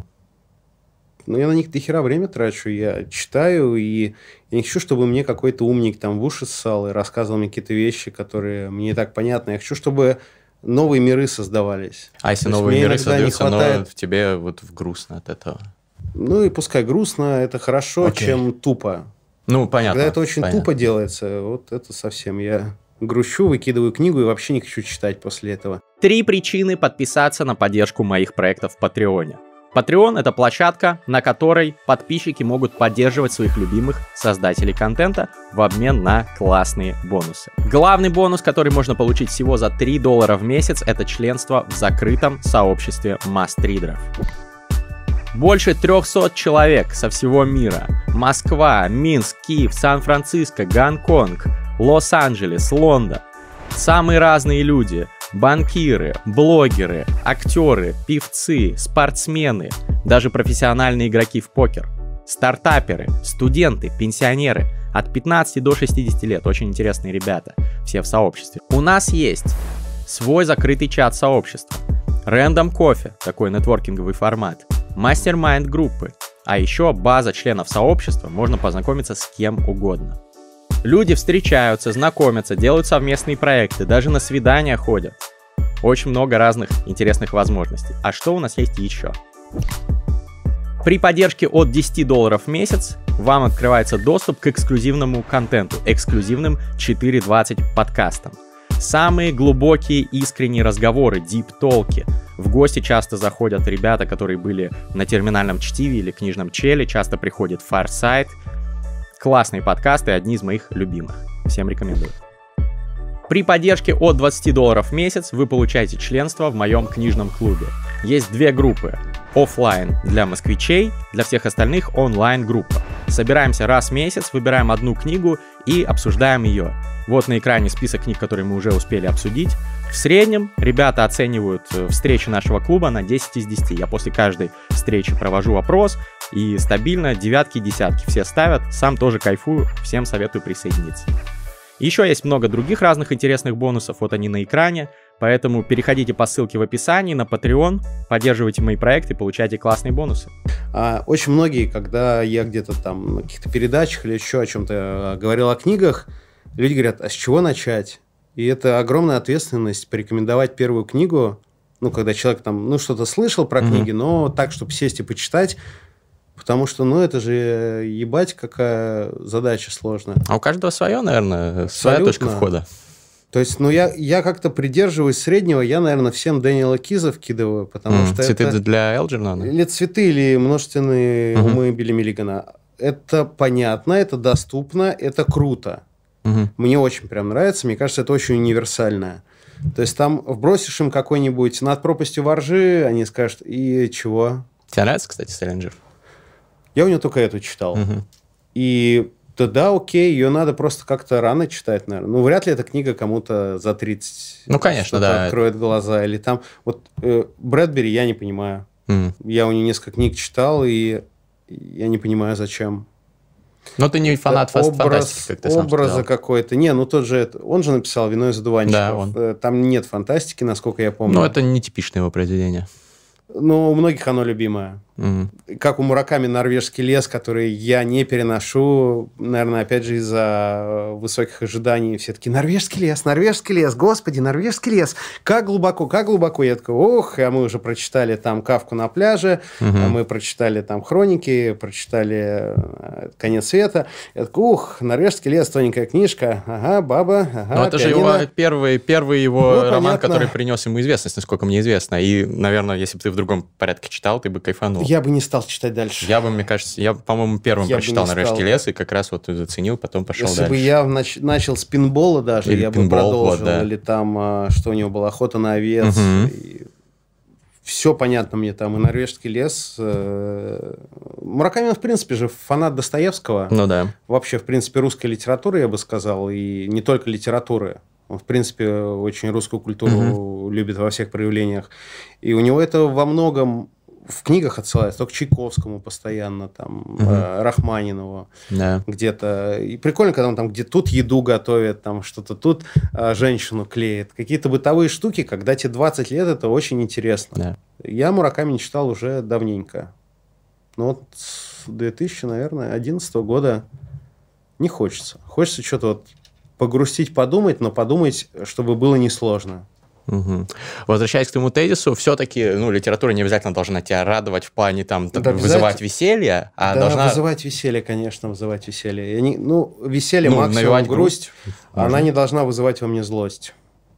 Ну, я на них до хера время трачу, я читаю, и я не хочу, чтобы мне какой-то умник там в уши ссал и рассказывал мне какие-то вещи, которые мне и так понятны. Я хочу, чтобы новые миры создавались. А если То есть новые мне миры иногда создаются, не хватает... но в тебе вот грустно от этого? Ну, и пускай грустно, это хорошо, Окей. чем тупо. Ну, понятно. Когда это очень понятно. тупо делается, вот это совсем. Я грущу, выкидываю книгу и вообще не хочу читать после этого. Три причины подписаться на поддержку моих проектов в Патреоне. Patreon — это площадка, на которой подписчики могут поддерживать своих любимых создателей контента в обмен на классные бонусы. Главный бонус, который можно получить всего за три доллара в месяц, это членство в закрытом сообществе мастридеров. Больше трехсот человек со всего мира. Москва, Минск, Киев, Сан-Франциско, Гонконг, Лос-Анджелес, Лондон. Самые разные люди. Банкиры, блогеры, актеры, певцы, спортсмены, даже профессиональные игроки в покер, стартаперы, студенты, пенсионеры от пятнадцати до шестидесяти лет. Очень интересные ребята, все в сообществе. У нас есть свой закрытый чат сообщества, Random Coffee, такой нетворкинговый формат, мастер-майнд группы, А еще база членов сообщества, можно познакомиться с кем угодно. Люди встречаются, знакомятся, делают совместные проекты, даже на свидания ходят. Очень много разных интересных возможностей. А что у нас есть еще? При поддержке от десяти долларов в месяц вам открывается доступ к эксклюзивному контенту, эксклюзивным четыре двадцать подкастам. Самые глубокие искренние разговоры, дип-толки. В гости часто заходят ребята, которые были на терминальном чтиве или книжном челе, часто приходит Farsight. Классные подкасты, одни из моих любимых. Всем рекомендую. При поддержке от двадцати долларов в месяц вы получаете членство в моем книжном клубе. Есть две группы. Оффлайн для москвичей, для всех остальных онлайн-группа. Собираемся раз в месяц, выбираем одну книгу и обсуждаем ее. Вот на экране список книг, которые мы уже успели обсудить. В среднем ребята оценивают встречи нашего клуба на десять из десяти. Я после каждой встречи провожу опрос, и стабильно девятки и десятки все ставят. Сам тоже кайфую, всем советую присоединиться. Еще есть много других разных интересных бонусов, вот они на экране. Поэтому переходите по ссылке в описании на Patreon, поддерживайте мои проекты, получайте классные бонусы. А, очень многие, когда я где-то там на каких-то передачах или еще о чем-то говорил о книгах, люди говорят, а с чего начать? И это огромная ответственность порекомендовать первую книгу, ну, когда человек там, ну, что-то слышал про mm-hmm. книги, но так, чтобы сесть и почитать, потому что, ну, это же, ебать, какая задача сложная. А у каждого свое, наверное, своя Абсолютно. Точка входа. То есть, ну, я, я как-то придерживаюсь среднего, я, наверное, всем Дэниела Киза вкидываю, потому mm, что цветы это... для Элджернона? Или цветы, или множественные mm-hmm. умы Билли Миллигана. Это понятно, это доступно, это круто. Mm-hmm. Мне очень прям нравится, мне кажется, это очень универсально. То есть, там вбросишь им какой-нибудь «Над пропастью воржи», они скажут, и чего? Тебе нравится, кстати, Селлинджер? Я у него только эту читал. Mm-hmm. И... Да, да, окей, ее надо просто как-то рано читать, наверное. Ну, вряд ли эта книга кому-то за тридцать ну, конечно, да. откроет глаза. Или там... Вот э, Брэдбери я не понимаю. Mm. Я у него несколько книг читал, и я не понимаю, зачем. Но ты не фанат да, фантастики, как ты сам образа сказал. какой-то. Не, ну тот же... Он же написал «Вино из одуванчиков». Да, он. Там нет фантастики, насколько я помню. Ну, это не типичное его произведение. Ну, у многих оно любимое. Mm-hmm. Как у Мураками «Норвежский лес», который я не переношу, наверное, опять же, из-за высоких ожиданий. Все таки «Норвежский лес, норвежский лес, господи, норвежский лес, как глубоко, как глубоко». Я такой, ох, а мы уже прочитали там «Кафку на пляже», mm-hmm. а мы прочитали там «Хроники», прочитали «Конец света». Я такой, ух, «Норвежский лес», тоненькая книжка, ага, баба, ага, ну, это пианино. же его первый, первый его ну, роман, понятно. который принес ему известность, насколько мне известно. И, наверное, если бы ты в другом порядке читал, ты бы кайфанул. Я бы не стал читать дальше. Я бы, мне кажется, я, по-моему, первым я прочитал «Норвежский лес» и как раз вот заценил, потом пошел Если дальше. бы я нач- начал с пинбола даже, или я пинбол, бы продолжил. Вот, да. Или там, что у него было, «Охота на овец». Угу. И... Все понятно мне там. И «Норвежский лес». Мураками, в принципе же, фанат Достоевского. Ну да. Вообще, в принципе, русской литературы, я бы сказал. И не только литературы. Он, в принципе, очень русскую культуру угу. любит во всех проявлениях. И у него это во многом... В книгах отсылается, только к Чайковскому постоянно, там, угу. э, Рахманинову да. где-то. И прикольно, когда он там где тут еду готовит, там что-то тут э, женщину клеит. Какие-то бытовые штуки, когда тебе двадцать лет, это очень интересно. Да. Я Мураками не читал уже давненько. Но вот с две тысячи, наверное, одиннадцатого года не хочется. Хочется что-то вот погрустить, подумать, но подумать, чтобы было несложно. Угу. Возвращаясь к твоему тезису, все-таки ну, литература не обязательно должна тебя радовать в плане там, да, вызывать веселье, а да, должна... вызывать веселье, конечно, вызывать веселье. Я не... Ну, веселье, ну, максимум грусть, грусть она не должна вызывать во мне злость,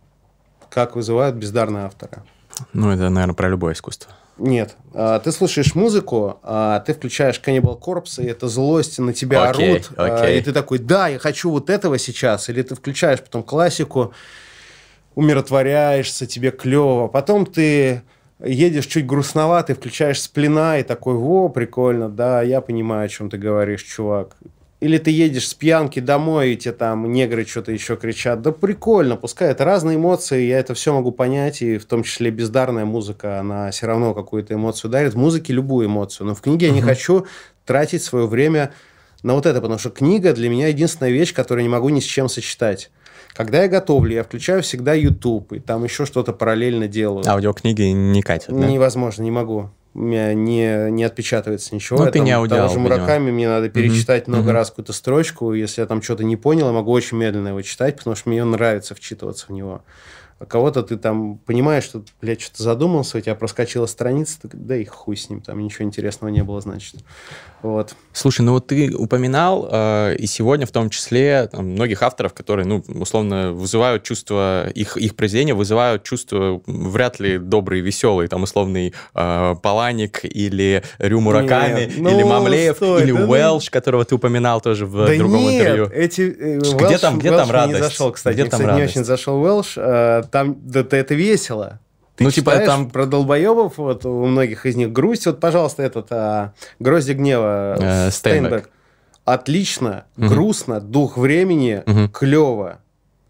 как вызывают бездарные авторы. Ну, это, наверное, про любое искусство. Нет. Ты слушаешь музыку, ты включаешь Cannibal Corpse, и это злость, на тебя okay, орут, okay. и ты такой, да, я хочу вот этого сейчас. Или ты включаешь потом классику, умиротворяешься, тебе клево. Потом ты едешь чуть грустноватый, включаешь Сплина и такой, во, прикольно, да, я понимаю, о чем ты говоришь, чувак. Или ты едешь с пьянки домой, и тебе там негры что-то еще кричат. Да прикольно, пускай это разные эмоции, я это все могу понять, и в том числе бездарная музыка, она все равно какую-то эмоцию дарит. В музыке любую эмоцию, но в книге я не хочу тратить свое время на вот это, потому что книга для меня единственная вещь, которую я не могу ни с чем сочетать. Когда я готовлю, я включаю всегда YouTube, и там еще что-то параллельно делаю. Аудиокниги не катят, да? Невозможно, не могу. у меня не, не отпечатывается ничего. Ну, я ты там, не аудиал, того же Мураками мне надо перечитать mm-hmm. много mm-hmm. раз какую-то строчку. Если я там что-то не понял, я могу очень медленно его читать, потому что мне нравится вчитываться в него. А кого-то ты там понимаешь, что, блядь, что-то задумался, у тебя проскочила страница, так, да и хуй с ним, там ничего интересного не было, значит. Вот. Слушай, ну вот ты упоминал, э, и сегодня в том числе там, многих авторов, которые, ну, условно, вызывают чувство, их, их произведения вызывают чувство вряд ли добрые, веселые, там, условный э, Паланик или Рю Мураками, нет, ну, или Мамлеев, стой, или да, Уэлш, которого ты упоминал тоже в да другом нет, интервью. Эти, э, где Уэлш, там, где Уэлш там радость? Не зашел, кстати, где мне, там кстати, радость? не очень зашел Уэлш, э, там, да, это весело. Ты ну, читаешь типа там про долбоебов, вот у многих из них грусть. Вот, пожалуйста, этот а, «Грозди гнева» э, Стейнбек. Отлично, угу. грустно, дух времени, угу. клево.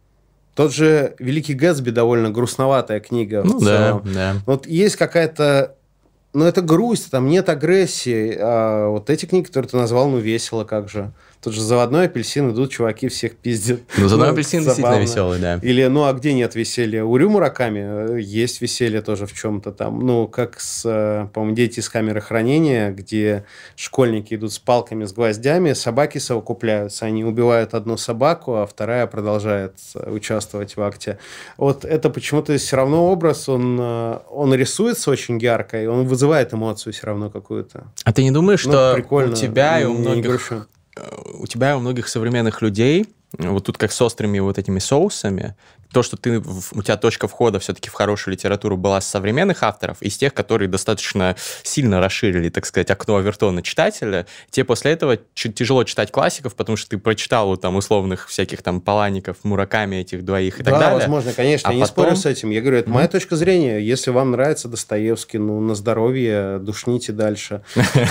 Тот же «Великий Гэтсби» довольно грустноватая книга. Ну да, да. Вот есть какая-то... Ну, это грусть, там нет агрессии. А вот эти книги, которые ты назвал, ну, весело как же. Тут же «Заводной апельсин» идут, чуваки всех пиздят. Ну, «Заводной апельсин» действительно веселый, да. Или, ну, а где нет веселья? У Рю Мураками есть веселье тоже в чем-то там. Ну, как с, по-моему, «Дети из камеры хранения», где школьники идут с палками, с гвоздями, собаки совокупляются, они убивают одну собаку, а вторая продолжает участвовать в акте. Вот это почему-то все равно образ, он, он рисуется очень ярко, и он вызывает эмоцию все равно какую-то. А ты не думаешь, ну, что прикольно, у тебя и у многих... Не у тебя и у многих современных людей, вот тут как с острыми вот этими соусами, то, что ты, у тебя точка входа все-таки в хорошую литературу была с современных авторов, из тех, которые достаточно сильно расширили, так сказать, окно Овертона читателя, тебе после этого тяжело читать классиков, потому что ты прочитал вот там условных всяких там Палаников, Мураками этих двоих и да, так далее. Да, возможно, конечно, а я потом... не спорю с этим. Я говорю, это mm-hmm. моя точка зрения. Если вам нравится Достоевский, ну, на здоровье, душните дальше.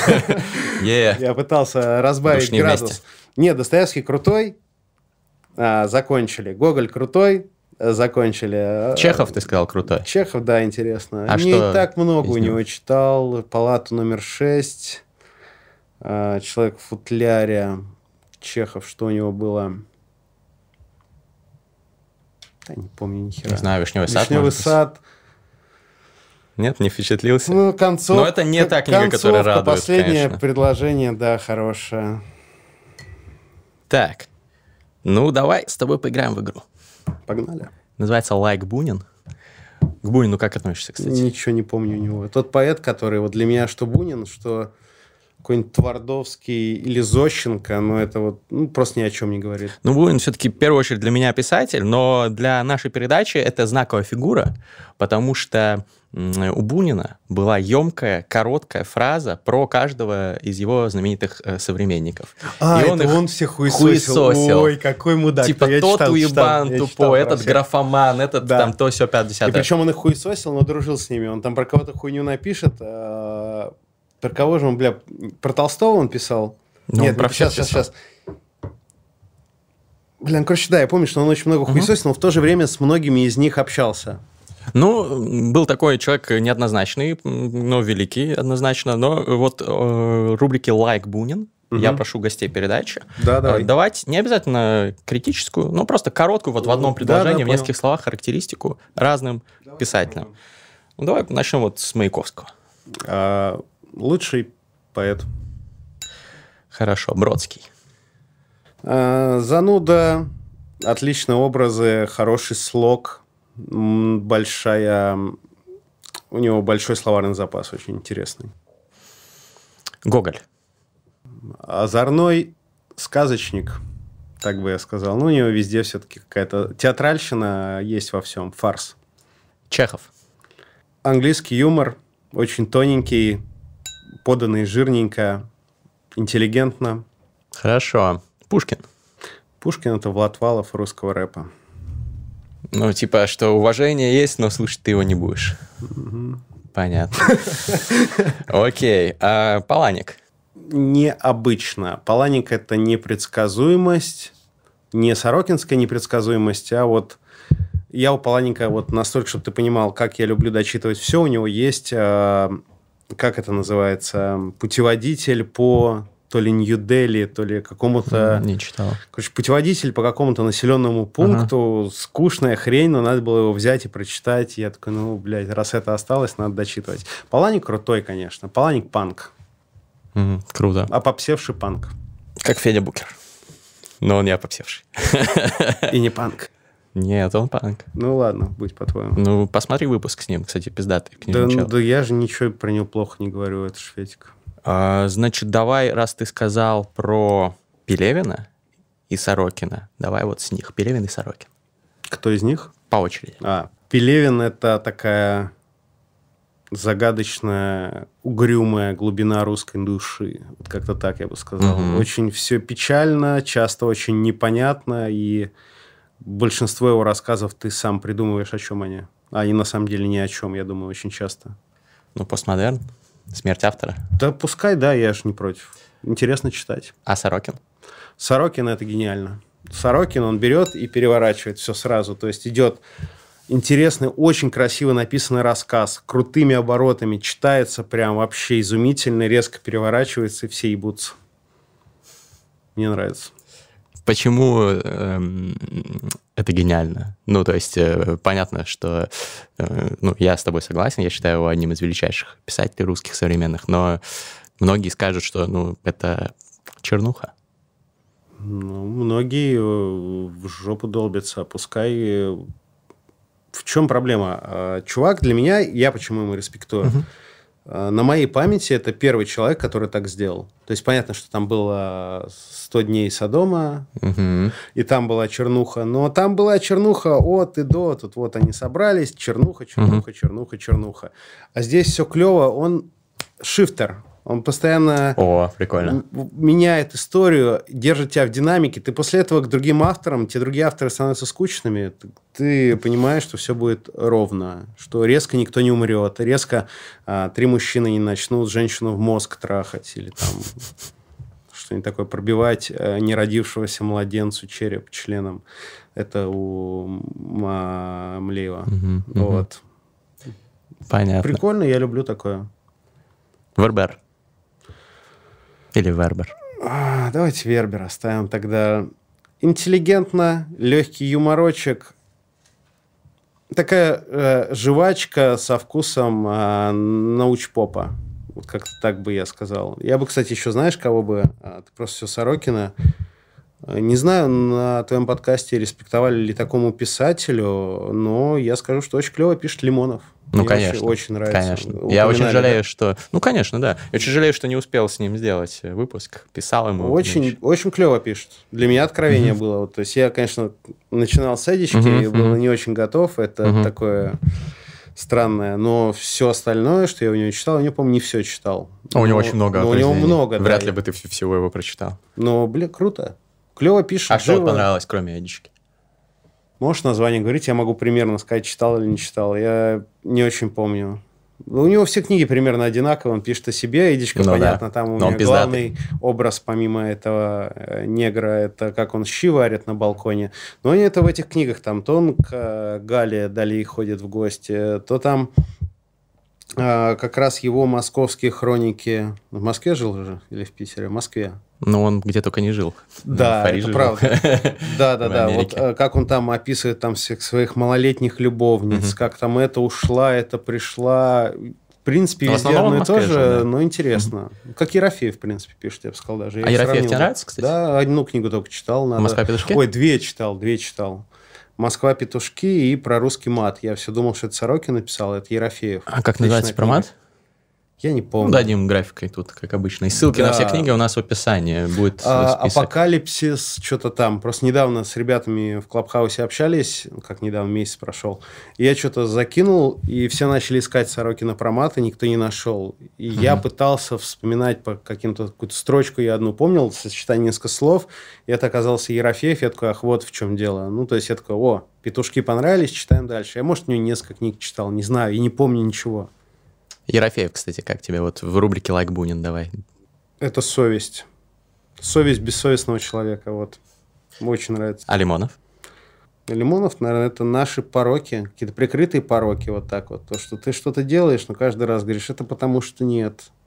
Я пытался разбавить градус. Нет, Достоевский крутой, закончили. Гоголь крутой, закончили. Чехов, ты сказал, крутой. Чехов, да, интересно. А не что так много у него читал. «Палату номер шесть», «Человек в футляре», Чехов, что у него было? Я не помню ни хера. Не знаю, «Вишневый сад». «Вишневый сад». Нет, не впечатлился? Ну, концовка. Но это не та книга, которая радует, последнее конечно. предложение, да, хорошее. Так. Ну, давай с тобой поиграем в игру. Погнали. Называется «Лайк Бунин». К Бунину как относишься, кстати? Ничего не помню у него. Тот поэт, который вот для меня что Бунин, что какой-нибудь Твардовский или Зощенко, но это вот ну, просто ни о чем не говорит. Ну, Бунин все-таки в первую очередь для меня писатель, но для нашей передачи это знаковая фигура, потому что у Бунина была емкая, короткая фраза про каждого из его знаменитых э, современников. А, и это он, их он всех хуесосил. хуесосил. Ой, какой мудак. Типа я тот читал, уебан читал, тупой, читал, этот графоман, этот да. там то, сё, пятое, десятое. И причем он их хуесосил, но дружил с ними. Он там про кого-то хуйню напишет. А... Про кого же он, бля, про Толстого он писал? Ну, Нет, про сейчас, сейчас, сейчас. Блин, короче, да, я помню, что он очень много хуесосил, угу. но в то же время с многими из них общался. Ну, был такой человек неоднозначный, но великий однозначно. Но вот э, рубрики «Лайк Бунин», угу. я прошу гостей передачи да, давай. давать не обязательно критическую, но просто короткую, вот в одном предложении, да, да, в нескольких словах характеристику разным давай, писателям. Понял. Ну, давай начнем вот с Маяковского. А, лучший поэт. Хорошо, Бродский. А, зануда, отличные образы, хороший слог. Большая... У него большой словарный запас, очень интересный. Гоголь. Озорной сказочник, так бы я сказал. Ну, у него везде все-таки какая-то театральщина есть во всем, фарс. Чехов. Английский юмор, очень тоненький, поданный жирненько, интеллигентно. Хорошо. Пушкин. Пушкин – это Влад Валов русского рэпа. Ну, типа, что уважение есть, но слушать ты его не будешь. Mm-hmm. Понятно. Окей. А Паланик? Необычно. Паланик – это непредсказуемость, не сорокинская непредсказуемость, а вот я у Паланика вот настолько, чтобы ты понимал, как я люблю дочитывать все, у него есть, как это называется, путеводитель по то ли Нью-Дели, то ли какому-то... Не читал. Короче, путеводитель по какому-то населенному пункту. Ага. Скучная хрень, но надо было его взять и прочитать. Я такой, ну, блядь, раз это осталось, надо дочитывать. Паланик крутой, конечно. Паланик панк. Mm, круто. А попсевший панк. Как Федя Букер. Но он не опопсевший. И не панк. Нет, он панк. Ну ладно, будь по-твоему. Ну, посмотри выпуск с ним, кстати, пиздатый. Да, ну, да я же ничего про него плохо не говорю, это ж Федик. А, значит, давай, раз ты сказал про Пелевина и Сорокина, давай вот с них. Пелевин и Сорокин. Кто из них? По очереди. А, Пелевин — это такая загадочная, угрюмая глубина русской души. Вот как-то так я бы сказал. Угу. Очень все печально, часто очень непонятно, и большинство его рассказов ты сам придумываешь, о чем они. А они на самом деле ни о чем, я думаю, очень часто. Ну, постмодерн. Смерть автора. Да пускай, да, я же не против. Интересно читать. А Сорокин? Сорокин — это гениально. Сорокин, он берет и переворачивает все сразу. То есть идет интересный, очень красиво написанный рассказ, крутыми оборотами, читается прям вообще изумительно, резко переворачивается, и все ебутся. Мне нравится. Почему э, это гениально? Ну, то есть, э, понятно, что э, ну, я с тобой согласен, я считаю его одним из величайших писателей русских современных, но многие скажут, что ну, это чернуха. Ну, многие в жопу долбятся, пускай... В чем проблема? Чувак для меня, я почему ему респектую, uh-huh. На моей памяти это первый человек, который так сделал. То есть понятно, что там было сто дней Содома, uh-huh. и там была чернуха. Но там была чернуха от и до. Тут вот они собрались. Чернуха, чернуха, uh-huh. чернуха, чернуха. А здесь все клево. Он шифтер. Он постоянно О, прикольно. меняет историю, держит тебя в динамике. Ты после этого к другим авторам, те другие авторы становятся скучными. Ты понимаешь, что все будет ровно, что резко никто не умрет, резко а, три мужчины не начнут женщину в мозг трахать или там что-нибудь такое, пробивать а, неродившегося младенцу череп членом. Это у Мамлеева. Угу, вот. Понятно. Прикольно, я люблю такое. Вербер. Или Вербер? А, давайте Вербер оставим тогда. Интеллигентно, легкий юморочек. Такая э, жвачка со вкусом э, научпопа. Вот как-то так бы я сказал. Я бы, кстати, еще знаешь, кого бы... А, ты просто все Сорокина. Не знаю, на твоем подкасте респектовали ли такому писателю, но я скажу, что очень клево пишет Лимонов. Ну, Мне конечно. Очень, очень нравится. Конечно. Упоминали, я очень жалею, да? что... Ну, конечно, да. Я очень жалею, что не успел с ним сделать выпуск. Писал ему. Очень, очень клево пишет. Для меня откровение mm-hmm. было. То есть я, конечно, начинал с Эдички, mm-hmm. и был не очень готов. Это mm-hmm. такое странное. Но все остальное, что я у него читал, у него, по-моему, не все читал. А у него очень много. Но у него много, Вряд да. ли бы ты всего его прочитал. Но, блин, круто. Клево пишет. А живо. что понравилось, кроме Эдички? Можешь название говорить? Я могу примерно сказать, читал или не читал. Я не очень помню. У него все книги примерно одинаковые. Он пишет о себе. Эдичка, ну, понятно, да. Там у Но меня главный образ, помимо этого негра, это как он щи варит на балконе. Но это в этих книгах. Там то к Гале Дали ходит в гости, то там а, как раз его московские хроники. В Москве жил же или в Питере? В Москве. Ну, он где только не жил. Да, это жил. Правда. Да, да, да. Вот как он там описывает там всех своих малолетних любовниц, угу. как там это ушла, это пришла. В принципе, везде одно и то же, да. но интересно. Угу. Как Ерофеев, в принципе, пишет, я бы сказал даже. Я а Ерофеев тебе нравится, кстати? Да, одну книгу только читал. Надо... «Москва-петушки»? Ой, две читал, две читал. «Москва-петушки» и про русский мат. Я все думал, что это Сорокин написал, это Ерофеев. А как называется про мат? Я не помню. Ну, дадим графикой тут, как обычно. И ссылки да. на все книги у нас в описании. Будет а, список. Апокалипсис, что-то там. Просто недавно с ребятами в Клабхаусе общались, как недавно месяц прошел. И я что-то закинул, и все начали искать Сорокина про мат, и никто не нашел. И угу. я пытался вспоминать по каким-то какую-то строчку, я одну помнил, сочетание несколько слов, и это оказался Ерофеев. Я такой, ах, вот в чем дело. Ну, то есть я такой, о, «Петушки» понравились, читаем дальше. Я, может, у него несколько книг читал, не знаю, и не помню ничего. Ерофеев, кстати, как тебе вот в рубрике «Лайк Бунин» давай? Это совесть. Совесть бессовестного человека, вот. Очень нравится. А Лимонов? Лимонов, наверное, это наши пороки, какие-то прикрытые пороки, вот так вот. То, что ты что-то делаешь, но каждый раз говоришь, это потому что нет.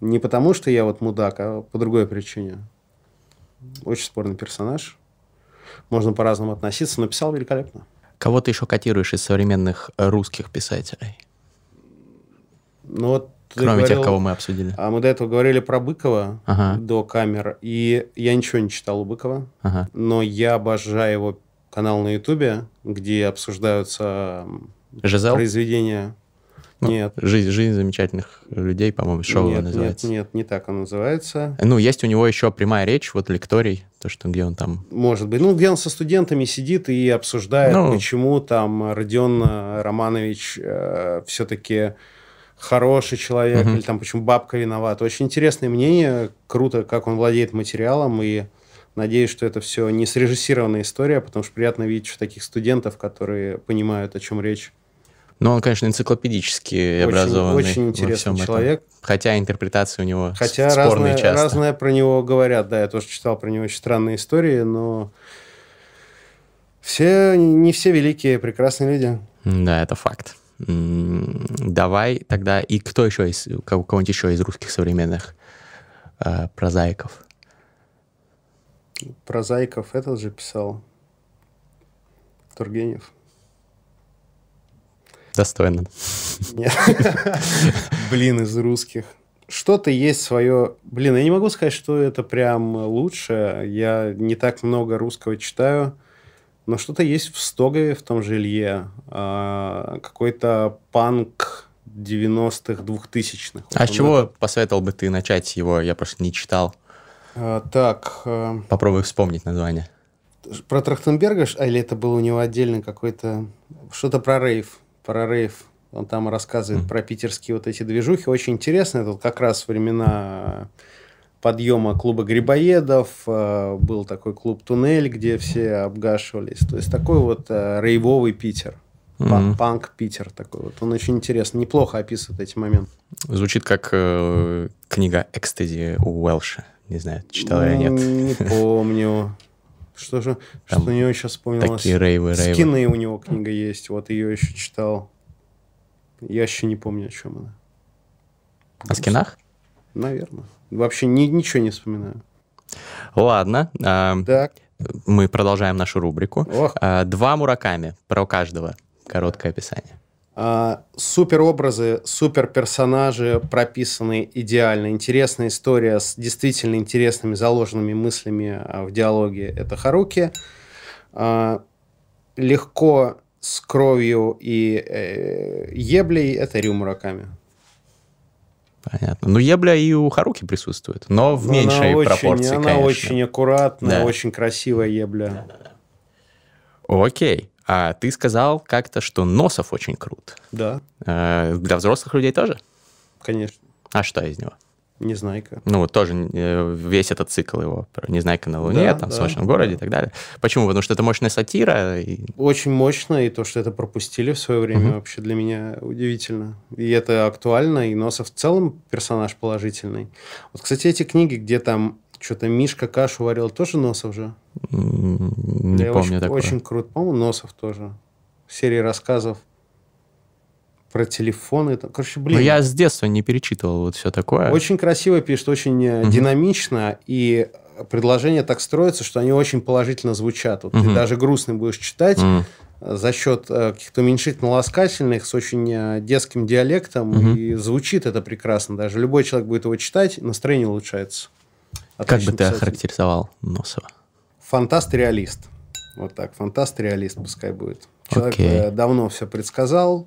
Не потому, что я вот мудак, а по другой причине. Очень спорный персонаж. Можно по-разному относиться, но писал великолепно. Кого ты еще котируешь из современных русских писателей? Ну, вот Кроме говорил, тех, кого мы обсудили. А мы до этого говорили про Быкова, ага. до камер. И я ничего не читал у Быкова. Ага. Но я обожаю его канал на Ютубе, где обсуждаются Жизел? произведения... Ну, нет. Жизнь, жизнь замечательных людей, по-моему, шоу нет, называется. Нет, нет, не так он называется. Ну, есть у него еще прямая речь, вот лекторий, то, что где он там... Может быть. Ну, где он со студентами сидит и обсуждает, ну... почему там Родион Романович э, все-таки хороший человек, uh-huh. или там почему бабка виновата. Очень интересное мнение, круто, как он владеет материалом, и надеюсь, что это все не срежиссированная история, потому что приятно видеть таких студентов, которые понимают, о чем речь. Ну, он, конечно, энциклопедически очень, образованный. Очень интересный человек. Этом. Хотя интерпретации у него Хотя спорные разное, часто. разное про него говорят. Да, я тоже читал про него очень странные истории, но все, не все великие, прекрасные люди. Да, это факт. Давай тогда... И кто еще из... Кого-нибудь еще из русских современных э, прозаиков? Прозаиков этот же писал. Тургенев. Достойно. Нет. Блин, из русских. Что-то есть свое... Блин, я не могу сказать, что это прям лучше. Я не так много русского читаю. Но что-то есть в Стогове, в том же Илье. А, какой-то панк девяностых, двухтысячных. А с чего это... посоветовал бы ты начать его? Я просто не читал. А, так. А... Попробуй вспомнить название. Про Трахтенберга? А или это был у него отдельный какой-то... Что-то про рейв. Про рейв. Он там рассказывает mm. про питерские вот эти движухи. Очень интересно. Это как раз времена подъема клуба грибоедов. Был такой клуб «Туннель», где все обгашивались. То есть такой вот рейвовый Питер. Mm-hmm. Панк-Питер такой вот. Он очень интересно. Неплохо описывает эти моменты. Звучит как э, книга «Экстази» у Уэлша. Не знаю, читал или нет. Не помню. Что же, что у него сейчас вспомнилось? Такие рейвы, рейвы. «Скины» у него книга есть. Вот ее еще читал. Я еще не помню, о чем она. О скинах? Наверное. Вообще ни, ничего не вспоминаю. Ладно. Э, так. Мы продолжаем нашу рубрику. Ох. Э, два Мураками. Про каждого. Короткое описание. А, суперобразы, суперперсонажи прописаны идеально. Интересная история с действительно интересными заложенными мыслями в диалоге. Это Харуки. А, легко с кровью и э, еблей. Это Рю Мураками. Понятно. Ну, ебля и у Харуки присутствует, но в но меньшей очень, пропорции, она конечно. очень аккуратная, да. очень красивая ебля. Да, да, да. Окей. А ты сказал как-то, что Носов очень крут. Да. Э, для взрослых людей тоже? Конечно. А что из него? Незнайка. Ну, тоже весь этот цикл его. Незнайка на Луне, да, там, да, в Сочном городе да. и так далее. Почему? Потому что это мощная сатира. И... Очень мощно, и то, что это пропустили в свое время, угу. вообще для меня удивительно. И это актуально, и Носов в целом персонаж положительный. Вот, кстати, эти книги, где там что-то Мишка кашу варил, тоже Носов же? Не Я помню очень, такое. Очень круто. По-моему, Носов тоже. Серии рассказов про телефоны. Короче, блин. Но я с детства не перечитывал вот все такое. Очень красиво пишет, очень uh-huh. динамично, и предложения так строятся, что они очень положительно звучат. Вот uh-huh. ты даже грустный будешь читать uh-huh. за счет каких-то уменьшительно-ласкательных с очень детским диалектом, uh-huh. и звучит это прекрасно. Даже любой человек будет его читать, настроение улучшается. Отлично как бы ты писатель. Охарактеризовал Носова? Фантаст-реалист. Вот так, фантаст-реалист пускай будет. Человек okay. давно все предсказал,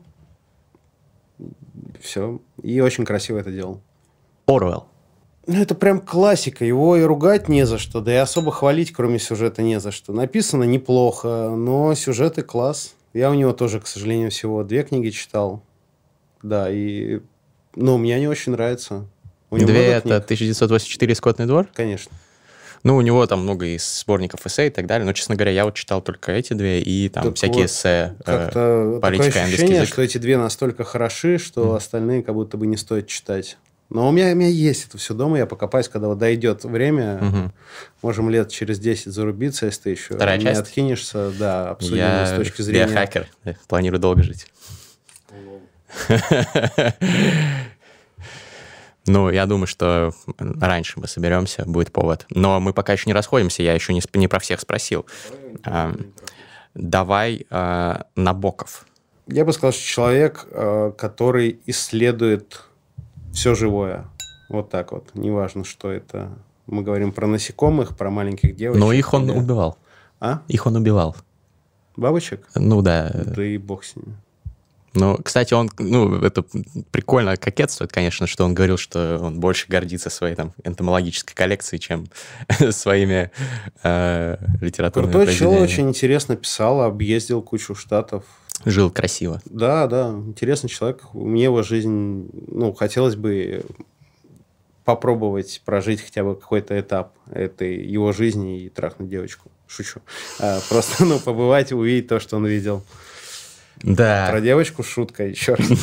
все. И очень красиво это делал. Оруэлл. Ну, это прям классика. Его и ругать не за что, да и особо хвалить, кроме сюжета, не за что. Написано неплохо, но сюжет и класс. Я у него тоже, к сожалению, всего две книги читал. Да, и... Ну, мне они очень нравятся. У него две — это тысяча девятьсот восемьдесят четыре «Скотный двор»? Конечно. Ну, у него там много из сборников эссе и так далее, но, честно говоря, я вот читал только эти две и там так всякие вот, эссе, э, политика и английский язык. Что эти две настолько хороши, что mm. остальные как будто бы не стоит читать. Но у меня, у меня есть это все дома, я покопаюсь, когда вот дойдет время, mm-hmm. можем лет через десять зарубиться, если ты еще Вторая не часть? Откинешься, да, обсудим я, с точки зрения... Я хакер, планирую долго жить. Ну, я думаю, что раньше мы соберемся, будет повод. Но мы пока еще не расходимся, я еще не, не про всех спросил. А, давай а, Набоков. Я бы сказал, что человек, который исследует все живое. Вот так вот. Неважно, что это. Мы говорим про насекомых, про маленьких девочек. Но их он или... убивал. А? Их он убивал. Бабочек? Ну да. Да и бог с ними. Ну, кстати, он, ну, это прикольно кокетствует, конечно, что он говорил, что он больше гордится своей там энтомологической коллекцией, чем своими э, литературными Крутой произведениями. человек, очень интересно писал, объездил кучу штатов. Жил красиво. Да, да, интересный человек. Мне его жизнь, ну, хотелось бы попробовать прожить хотя бы какой-то этап этой его жизни и трахнуть девочку. Шучу. А, просто, ну, побывать, увидеть то, что он видел. Да. Про девочку шутка еще раз.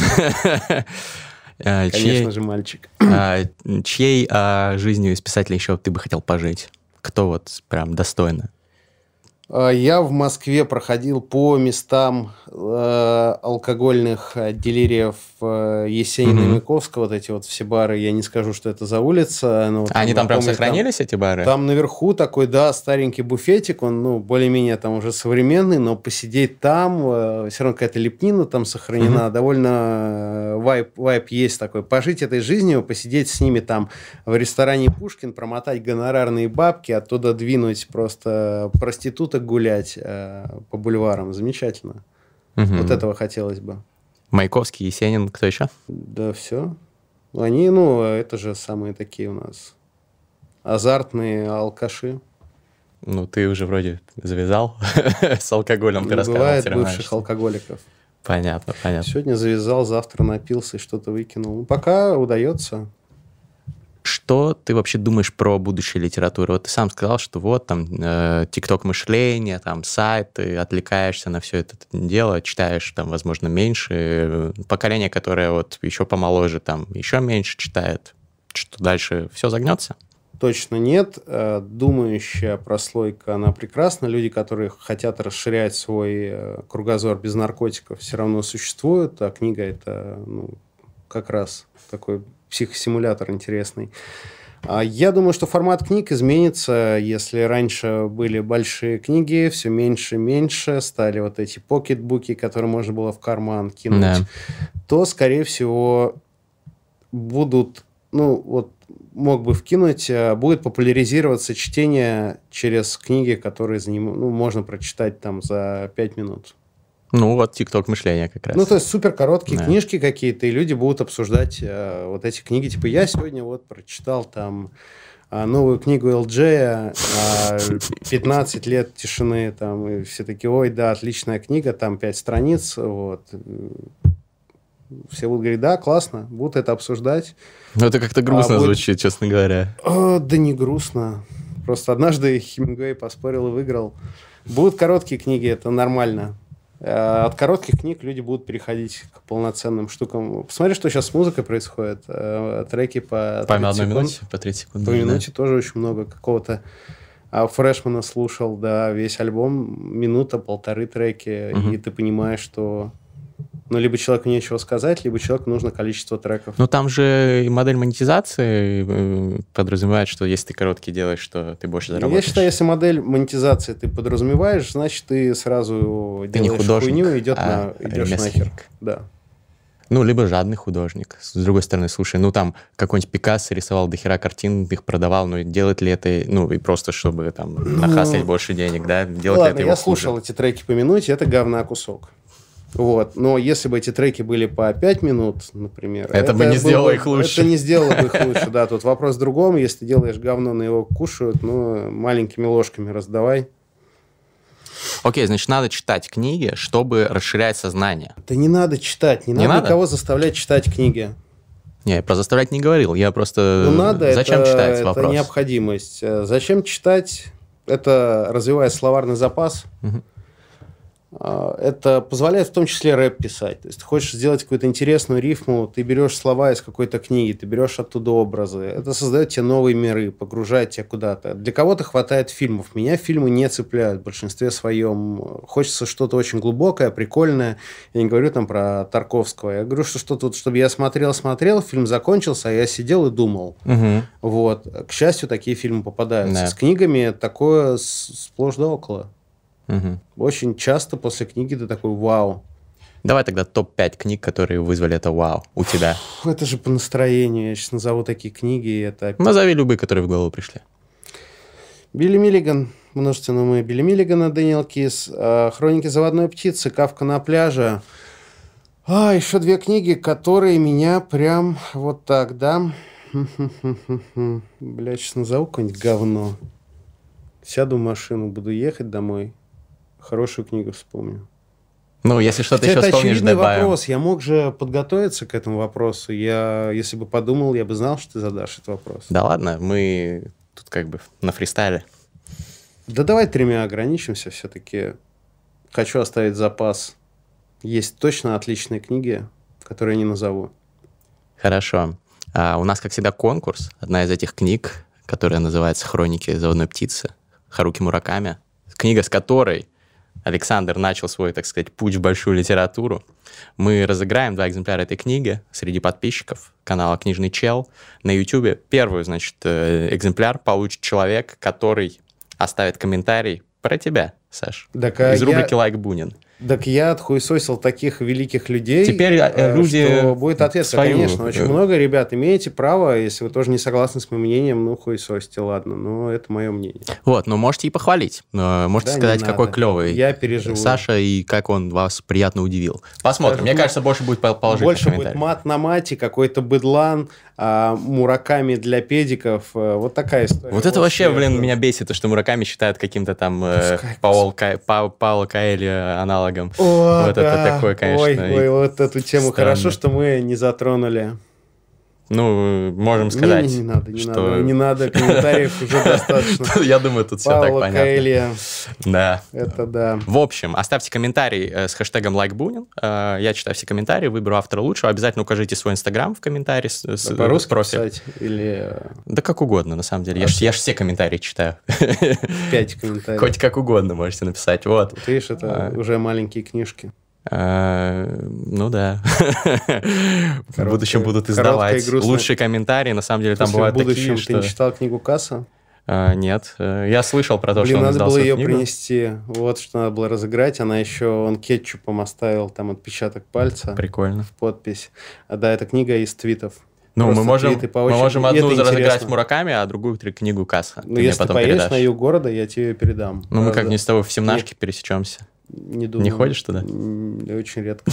Конечно же, мальчик. Чьей жизнью из писателей еще ты бы хотел пожить? Кто вот прям достойно? Я в Москве проходил по местам э, алкогольных делириев э, Есенина и mm-hmm. Маяковского, вот эти вот все бары, я не скажу, что это за улица. Но, вот, Они там, там прям сохранились, там, эти бары? Там наверху такой, да, старенький буфетик, он, ну, более-менее там уже современный, но посидеть там, э, все равно какая-то лепнина там сохранена, mm-hmm. довольно вайп, вайп есть такой. Пожить этой жизнью, посидеть с ними там в ресторане Пушкин, промотать гонорарные бабки, оттуда двинуть просто проституток гулять э, по бульварам. Замечательно. Угу. Вот этого хотелось бы. Маяковский, Есенин, кто еще? Да все. Они, ну, это же самые такие у нас азартные алкаши. Ну, ты уже вроде завязал с алкоголем. Не бывает бывших алкоголиков. Понятно, понятно. Сегодня завязал, завтра напился и что-то выкинул. Ну, пока удается. Что ты вообще думаешь про будущее литературы? Вот ты сам сказал, что вот там э, тикток мышления, там сайты, отвлекаешься на все это дело, читаешь там, возможно, меньше. Поколение, которое вот еще помоложе, там еще меньше читает. Что дальше все загнется? Точно нет. Думающая прослойка, она прекрасна. Люди, которые хотят расширять свой кругозор без наркотиков, все равно существуют. А книга – это, ну, как раз такой психосимулятор интересный. Я думаю, что формат книг изменится. Если раньше были большие книги, все меньше и меньше, стали вот эти покетбуки, которые можно было в карман кинуть, да. то, скорее всего, будут, ну, вот мог бы вкинуть, будет популяризироваться чтение через книги, которые заним... ну, можно прочитать там за пять минут. Ну, вот тикток мышления как раз. Ну, то есть супер короткие да. книжки какие-то, и люди будут обсуждать э, вот эти книги. Типа, я сегодня вот прочитал там э, новую книгу эл джей, э, пятнадцать лет тишины, там, и все такие, ой, да, отличная книга, там пять страниц, вот. Все будут говорить, да, классно, будут это обсуждать. Ну, это как-то грустно а, будет... звучит, честно говоря. О, да не грустно. Просто однажды Хемингуэй поспорил и выиграл. Будут короткие книги, это нормально. От коротких книг люди будут переходить к полноценным штукам. Посмотри, что сейчас с музыкой происходит. Треки по По одной минуте, по тридцать секунд. По минуте да. тоже очень много. Какого-то Фрешмана слушал, да, весь альбом, минута, полторы треки, угу. и ты понимаешь, что ну, либо человеку нечего сказать, либо человеку нужно количество треков. Ну, там же модель монетизации подразумевает, что если ты короткий делаешь, что ты больше заработаешь. Я считаю, если модель монетизации ты подразумеваешь, значит, ты сразу ты делаешь не художник, хуйню и идет а на, идешь нахер. Да. Ну, либо жадный художник. С другой стороны, слушай, ну, там какой-нибудь Пикассо рисовал дохера картин, их продавал, ну, делает ли это, ну, и просто, чтобы там ну... нахаслить больше денег, да? Делать Ладно, ли это его я хуже? Слушал эти треки по минуте, это говна кусок. Вот. Но если бы эти треки были по пять минут, например... Это, это бы не сделало было, их лучше. Это не сделало бы их лучше, да. Тут вопрос в другом. Если ты делаешь говно, на его кушают, ну, маленькими ложками раздавай. Окей, значит, надо читать книги, чтобы расширять сознание. Да не надо читать. Не, не надо, надо никого заставлять читать книги. Не, я про заставлять не говорил. Я просто... Ну, надо. Зачем это, читать? Это вопрос. Необходимость. Зачем читать? Это развивает словарный запас. Угу. Это позволяет в том числе рэп писать. То есть ты хочешь сделать какую-то интересную рифму, ты берешь слова из какой-то книги, ты берешь оттуда образы. Это создает тебе новые миры, погружает тебя куда-то. Для кого-то хватает фильмов. Меня фильмы не цепляют в большинстве своем. Хочется что-то очень глубокое, прикольное. Я не говорю там про Тарковского. Я говорю, что что-то, вот, чтобы я смотрел-смотрел, фильм закончился, а я сидел и думал. Угу. Вот. К счастью, такие фильмы попадаются. Да. С книгами такое сплошь да около. Угу. Очень часто после книги ты такой «Вау». Давай тогда топ пять книг, которые вызвали это «Вау» у тебя. Фу, это же по настроению. Я сейчас назову такие книги. И это... Назови любые, которые в голову пришли. Билли Миллиган. Множественное мы Билли Миллигана, Дэниел Кис. «Хроники заводной птицы», «Кафка на пляже». А, еще две книги, которые меня прям вот так, да? Бля, сейчас назову какое-нибудь говно. Сяду в машину, буду ехать домой. Хорошую книгу вспомню. Ну, если что-то Хотя еще это вспомнишь, очевидный добавим. вопрос. Я мог же подготовиться к этому вопросу. Я, если бы подумал, я бы знал, что ты задашь этот вопрос. Да ладно, мы тут как бы на фристайле. Да давай тремя ограничимся все-таки. Хочу оставить запас. Есть точно отличные книги, которые я не назову. Хорошо. А у нас, как всегда, конкурс. Одна из этих книг, которая называется «Хроники заводной птицы» Харуки Мураками. Книга, с которой Александр начал свой, так сказать, путь в большую литературу. Мы разыграем два экземпляра этой книги среди подписчиков канала «Книжный чел» на YouTube. Первый, значит, экземпляр получит человек, который оставит комментарий про тебя, Саш, Так, а из рубрики я... «Лайк Бунин». Так я отхуесосил таких великих людей, Теперь э, люди что будет ответ. свою... Конечно, очень много ребят. Имеете право, если вы тоже не согласны с моим мнением, ну, хуесосьте, ладно, но это мое мнение. Вот, ну, можете и похвалить. Можете Да, сказать, не какой надо. клевый Я переживу. Саша и как он вас приятно удивил. Посмотрим. Скажу, Мне кажется, больше будет положительных Больше будет комментариев. мат на мате, какой-то быдлан, а, Мураками для педиков. а, Вот такая история. Вот это Вот вообще, что блин, я- меня бесит, то, что Мураками считают каким-то там э, Пускай, Паол Ка- Па- Пауло Коэльо аналогом. О, Вот это да. такое, конечно, Ой, и ой, вот эту тему странно. хорошо, что мы не затронули. Ну, можем Не, сказать, не, не надо, не что... надо, не надо, комментариев уже достаточно. Я думаю, тут все так Пауло понятно. Коэльо, Да. это да. В общем, оставьте комментарий э, с хэштегом «Лайкбунин». Э, я читаю все комментарии, выберу автора лучшего. Обязательно укажите свой инстаграм в комментарии. С, с- Да, по-русски профиль. писать или Да как угодно, на самом деле. Я ж, я ж все комментарии читаю. пять комментариев. Хоть как угодно можете написать. Вот. Вот видишь, это А. уже маленькие книжки. А, ну да. В Короткая- будущем будут короткая и издавать грустная. лучшие комментарии. На самом деле там Если бывают в будущем такие, ты что... не читал книгу Касса, А, нет. Э, Я слышал про то, блин, что он надо издал было свою ее книгу. принести. Вот что надо было разыграть. Она еще, он кетчупом оставил там отпечаток пальца, Прикольно. подпись. А да, это книга из твитов. Ну, мы Просто можем, твиты по мы очереди. можем И одну это разыграть интересно. Мураками, а другую три- книгу Касса. Ну, если ты потом поедешь передашь. на юг города, я тебе ее передам. Ну, мы Правда. как-нибудь с тобой в семнашке пересечемся. Не думаю. Не ходишь туда? М, да, очень редко.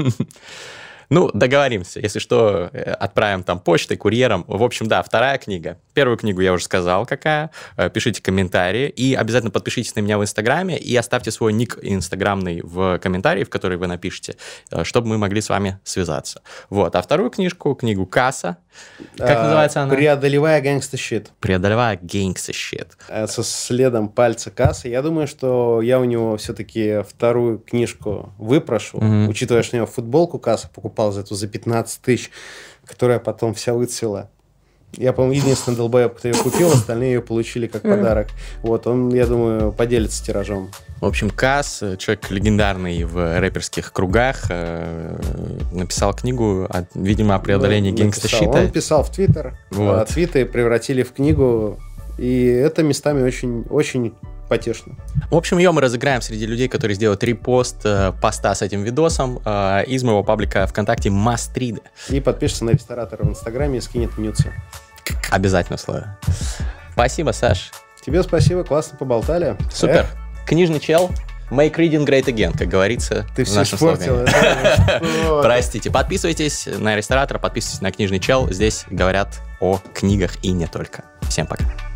Ну, договоримся. Если что, э, отправим там почтой, курьером. В общем, да, вторая книга. Первую книгу я уже сказал, какая. Э, Пишите комментарии. И обязательно подпишитесь на меня в Инстаграме и оставьте свой ник инстаграмный в комментарии, в который вы напишите, э, чтобы мы могли с вами связаться. Вот. А вторую книжку, книгу «Касса», как А, называется она? Преодолевая гангста-щит. «Преодолевая гангста-щит». Э, Со следом пальца Касса. Я думаю, что я у него все-таки вторую книжку выпрошу, Мгм. учитывая, что у него футболку Касса покупал за эту за пятнадцать тысяч, которая потом вся выцвела. Я, по-моему, единственный долбоеб, кто ее купил, остальные ее получили как подарок. Вот, он, я думаю, поделится тиражом. В общем, Касс, человек легендарный в рэперских кругах, э, написал книгу, о, видимо, о преодолении Ну, гангста-щита. написал. Он писал в Твиттер, Вот. а твиты превратили в книгу, и это местами очень, очень потешно. В общем, ее мы разыграем среди людей, которые сделают репост э, поста с этим видосом э, из моего паблика ВКонтакте Мастрида. И подпишется на ресторатора в Инстаграме и скинет нюцы. Обязательно условие. Спасибо, Саш. Тебе спасибо, классно поболтали. Супер. Эх, Книжный чел. Make reading great again, как говорится ты в все нашем испортил. слогане. это что? Простите. Подписывайтесь на ресторатора, подписывайтесь на Книжный чел. Здесь говорят о книгах и не только. Всем пока.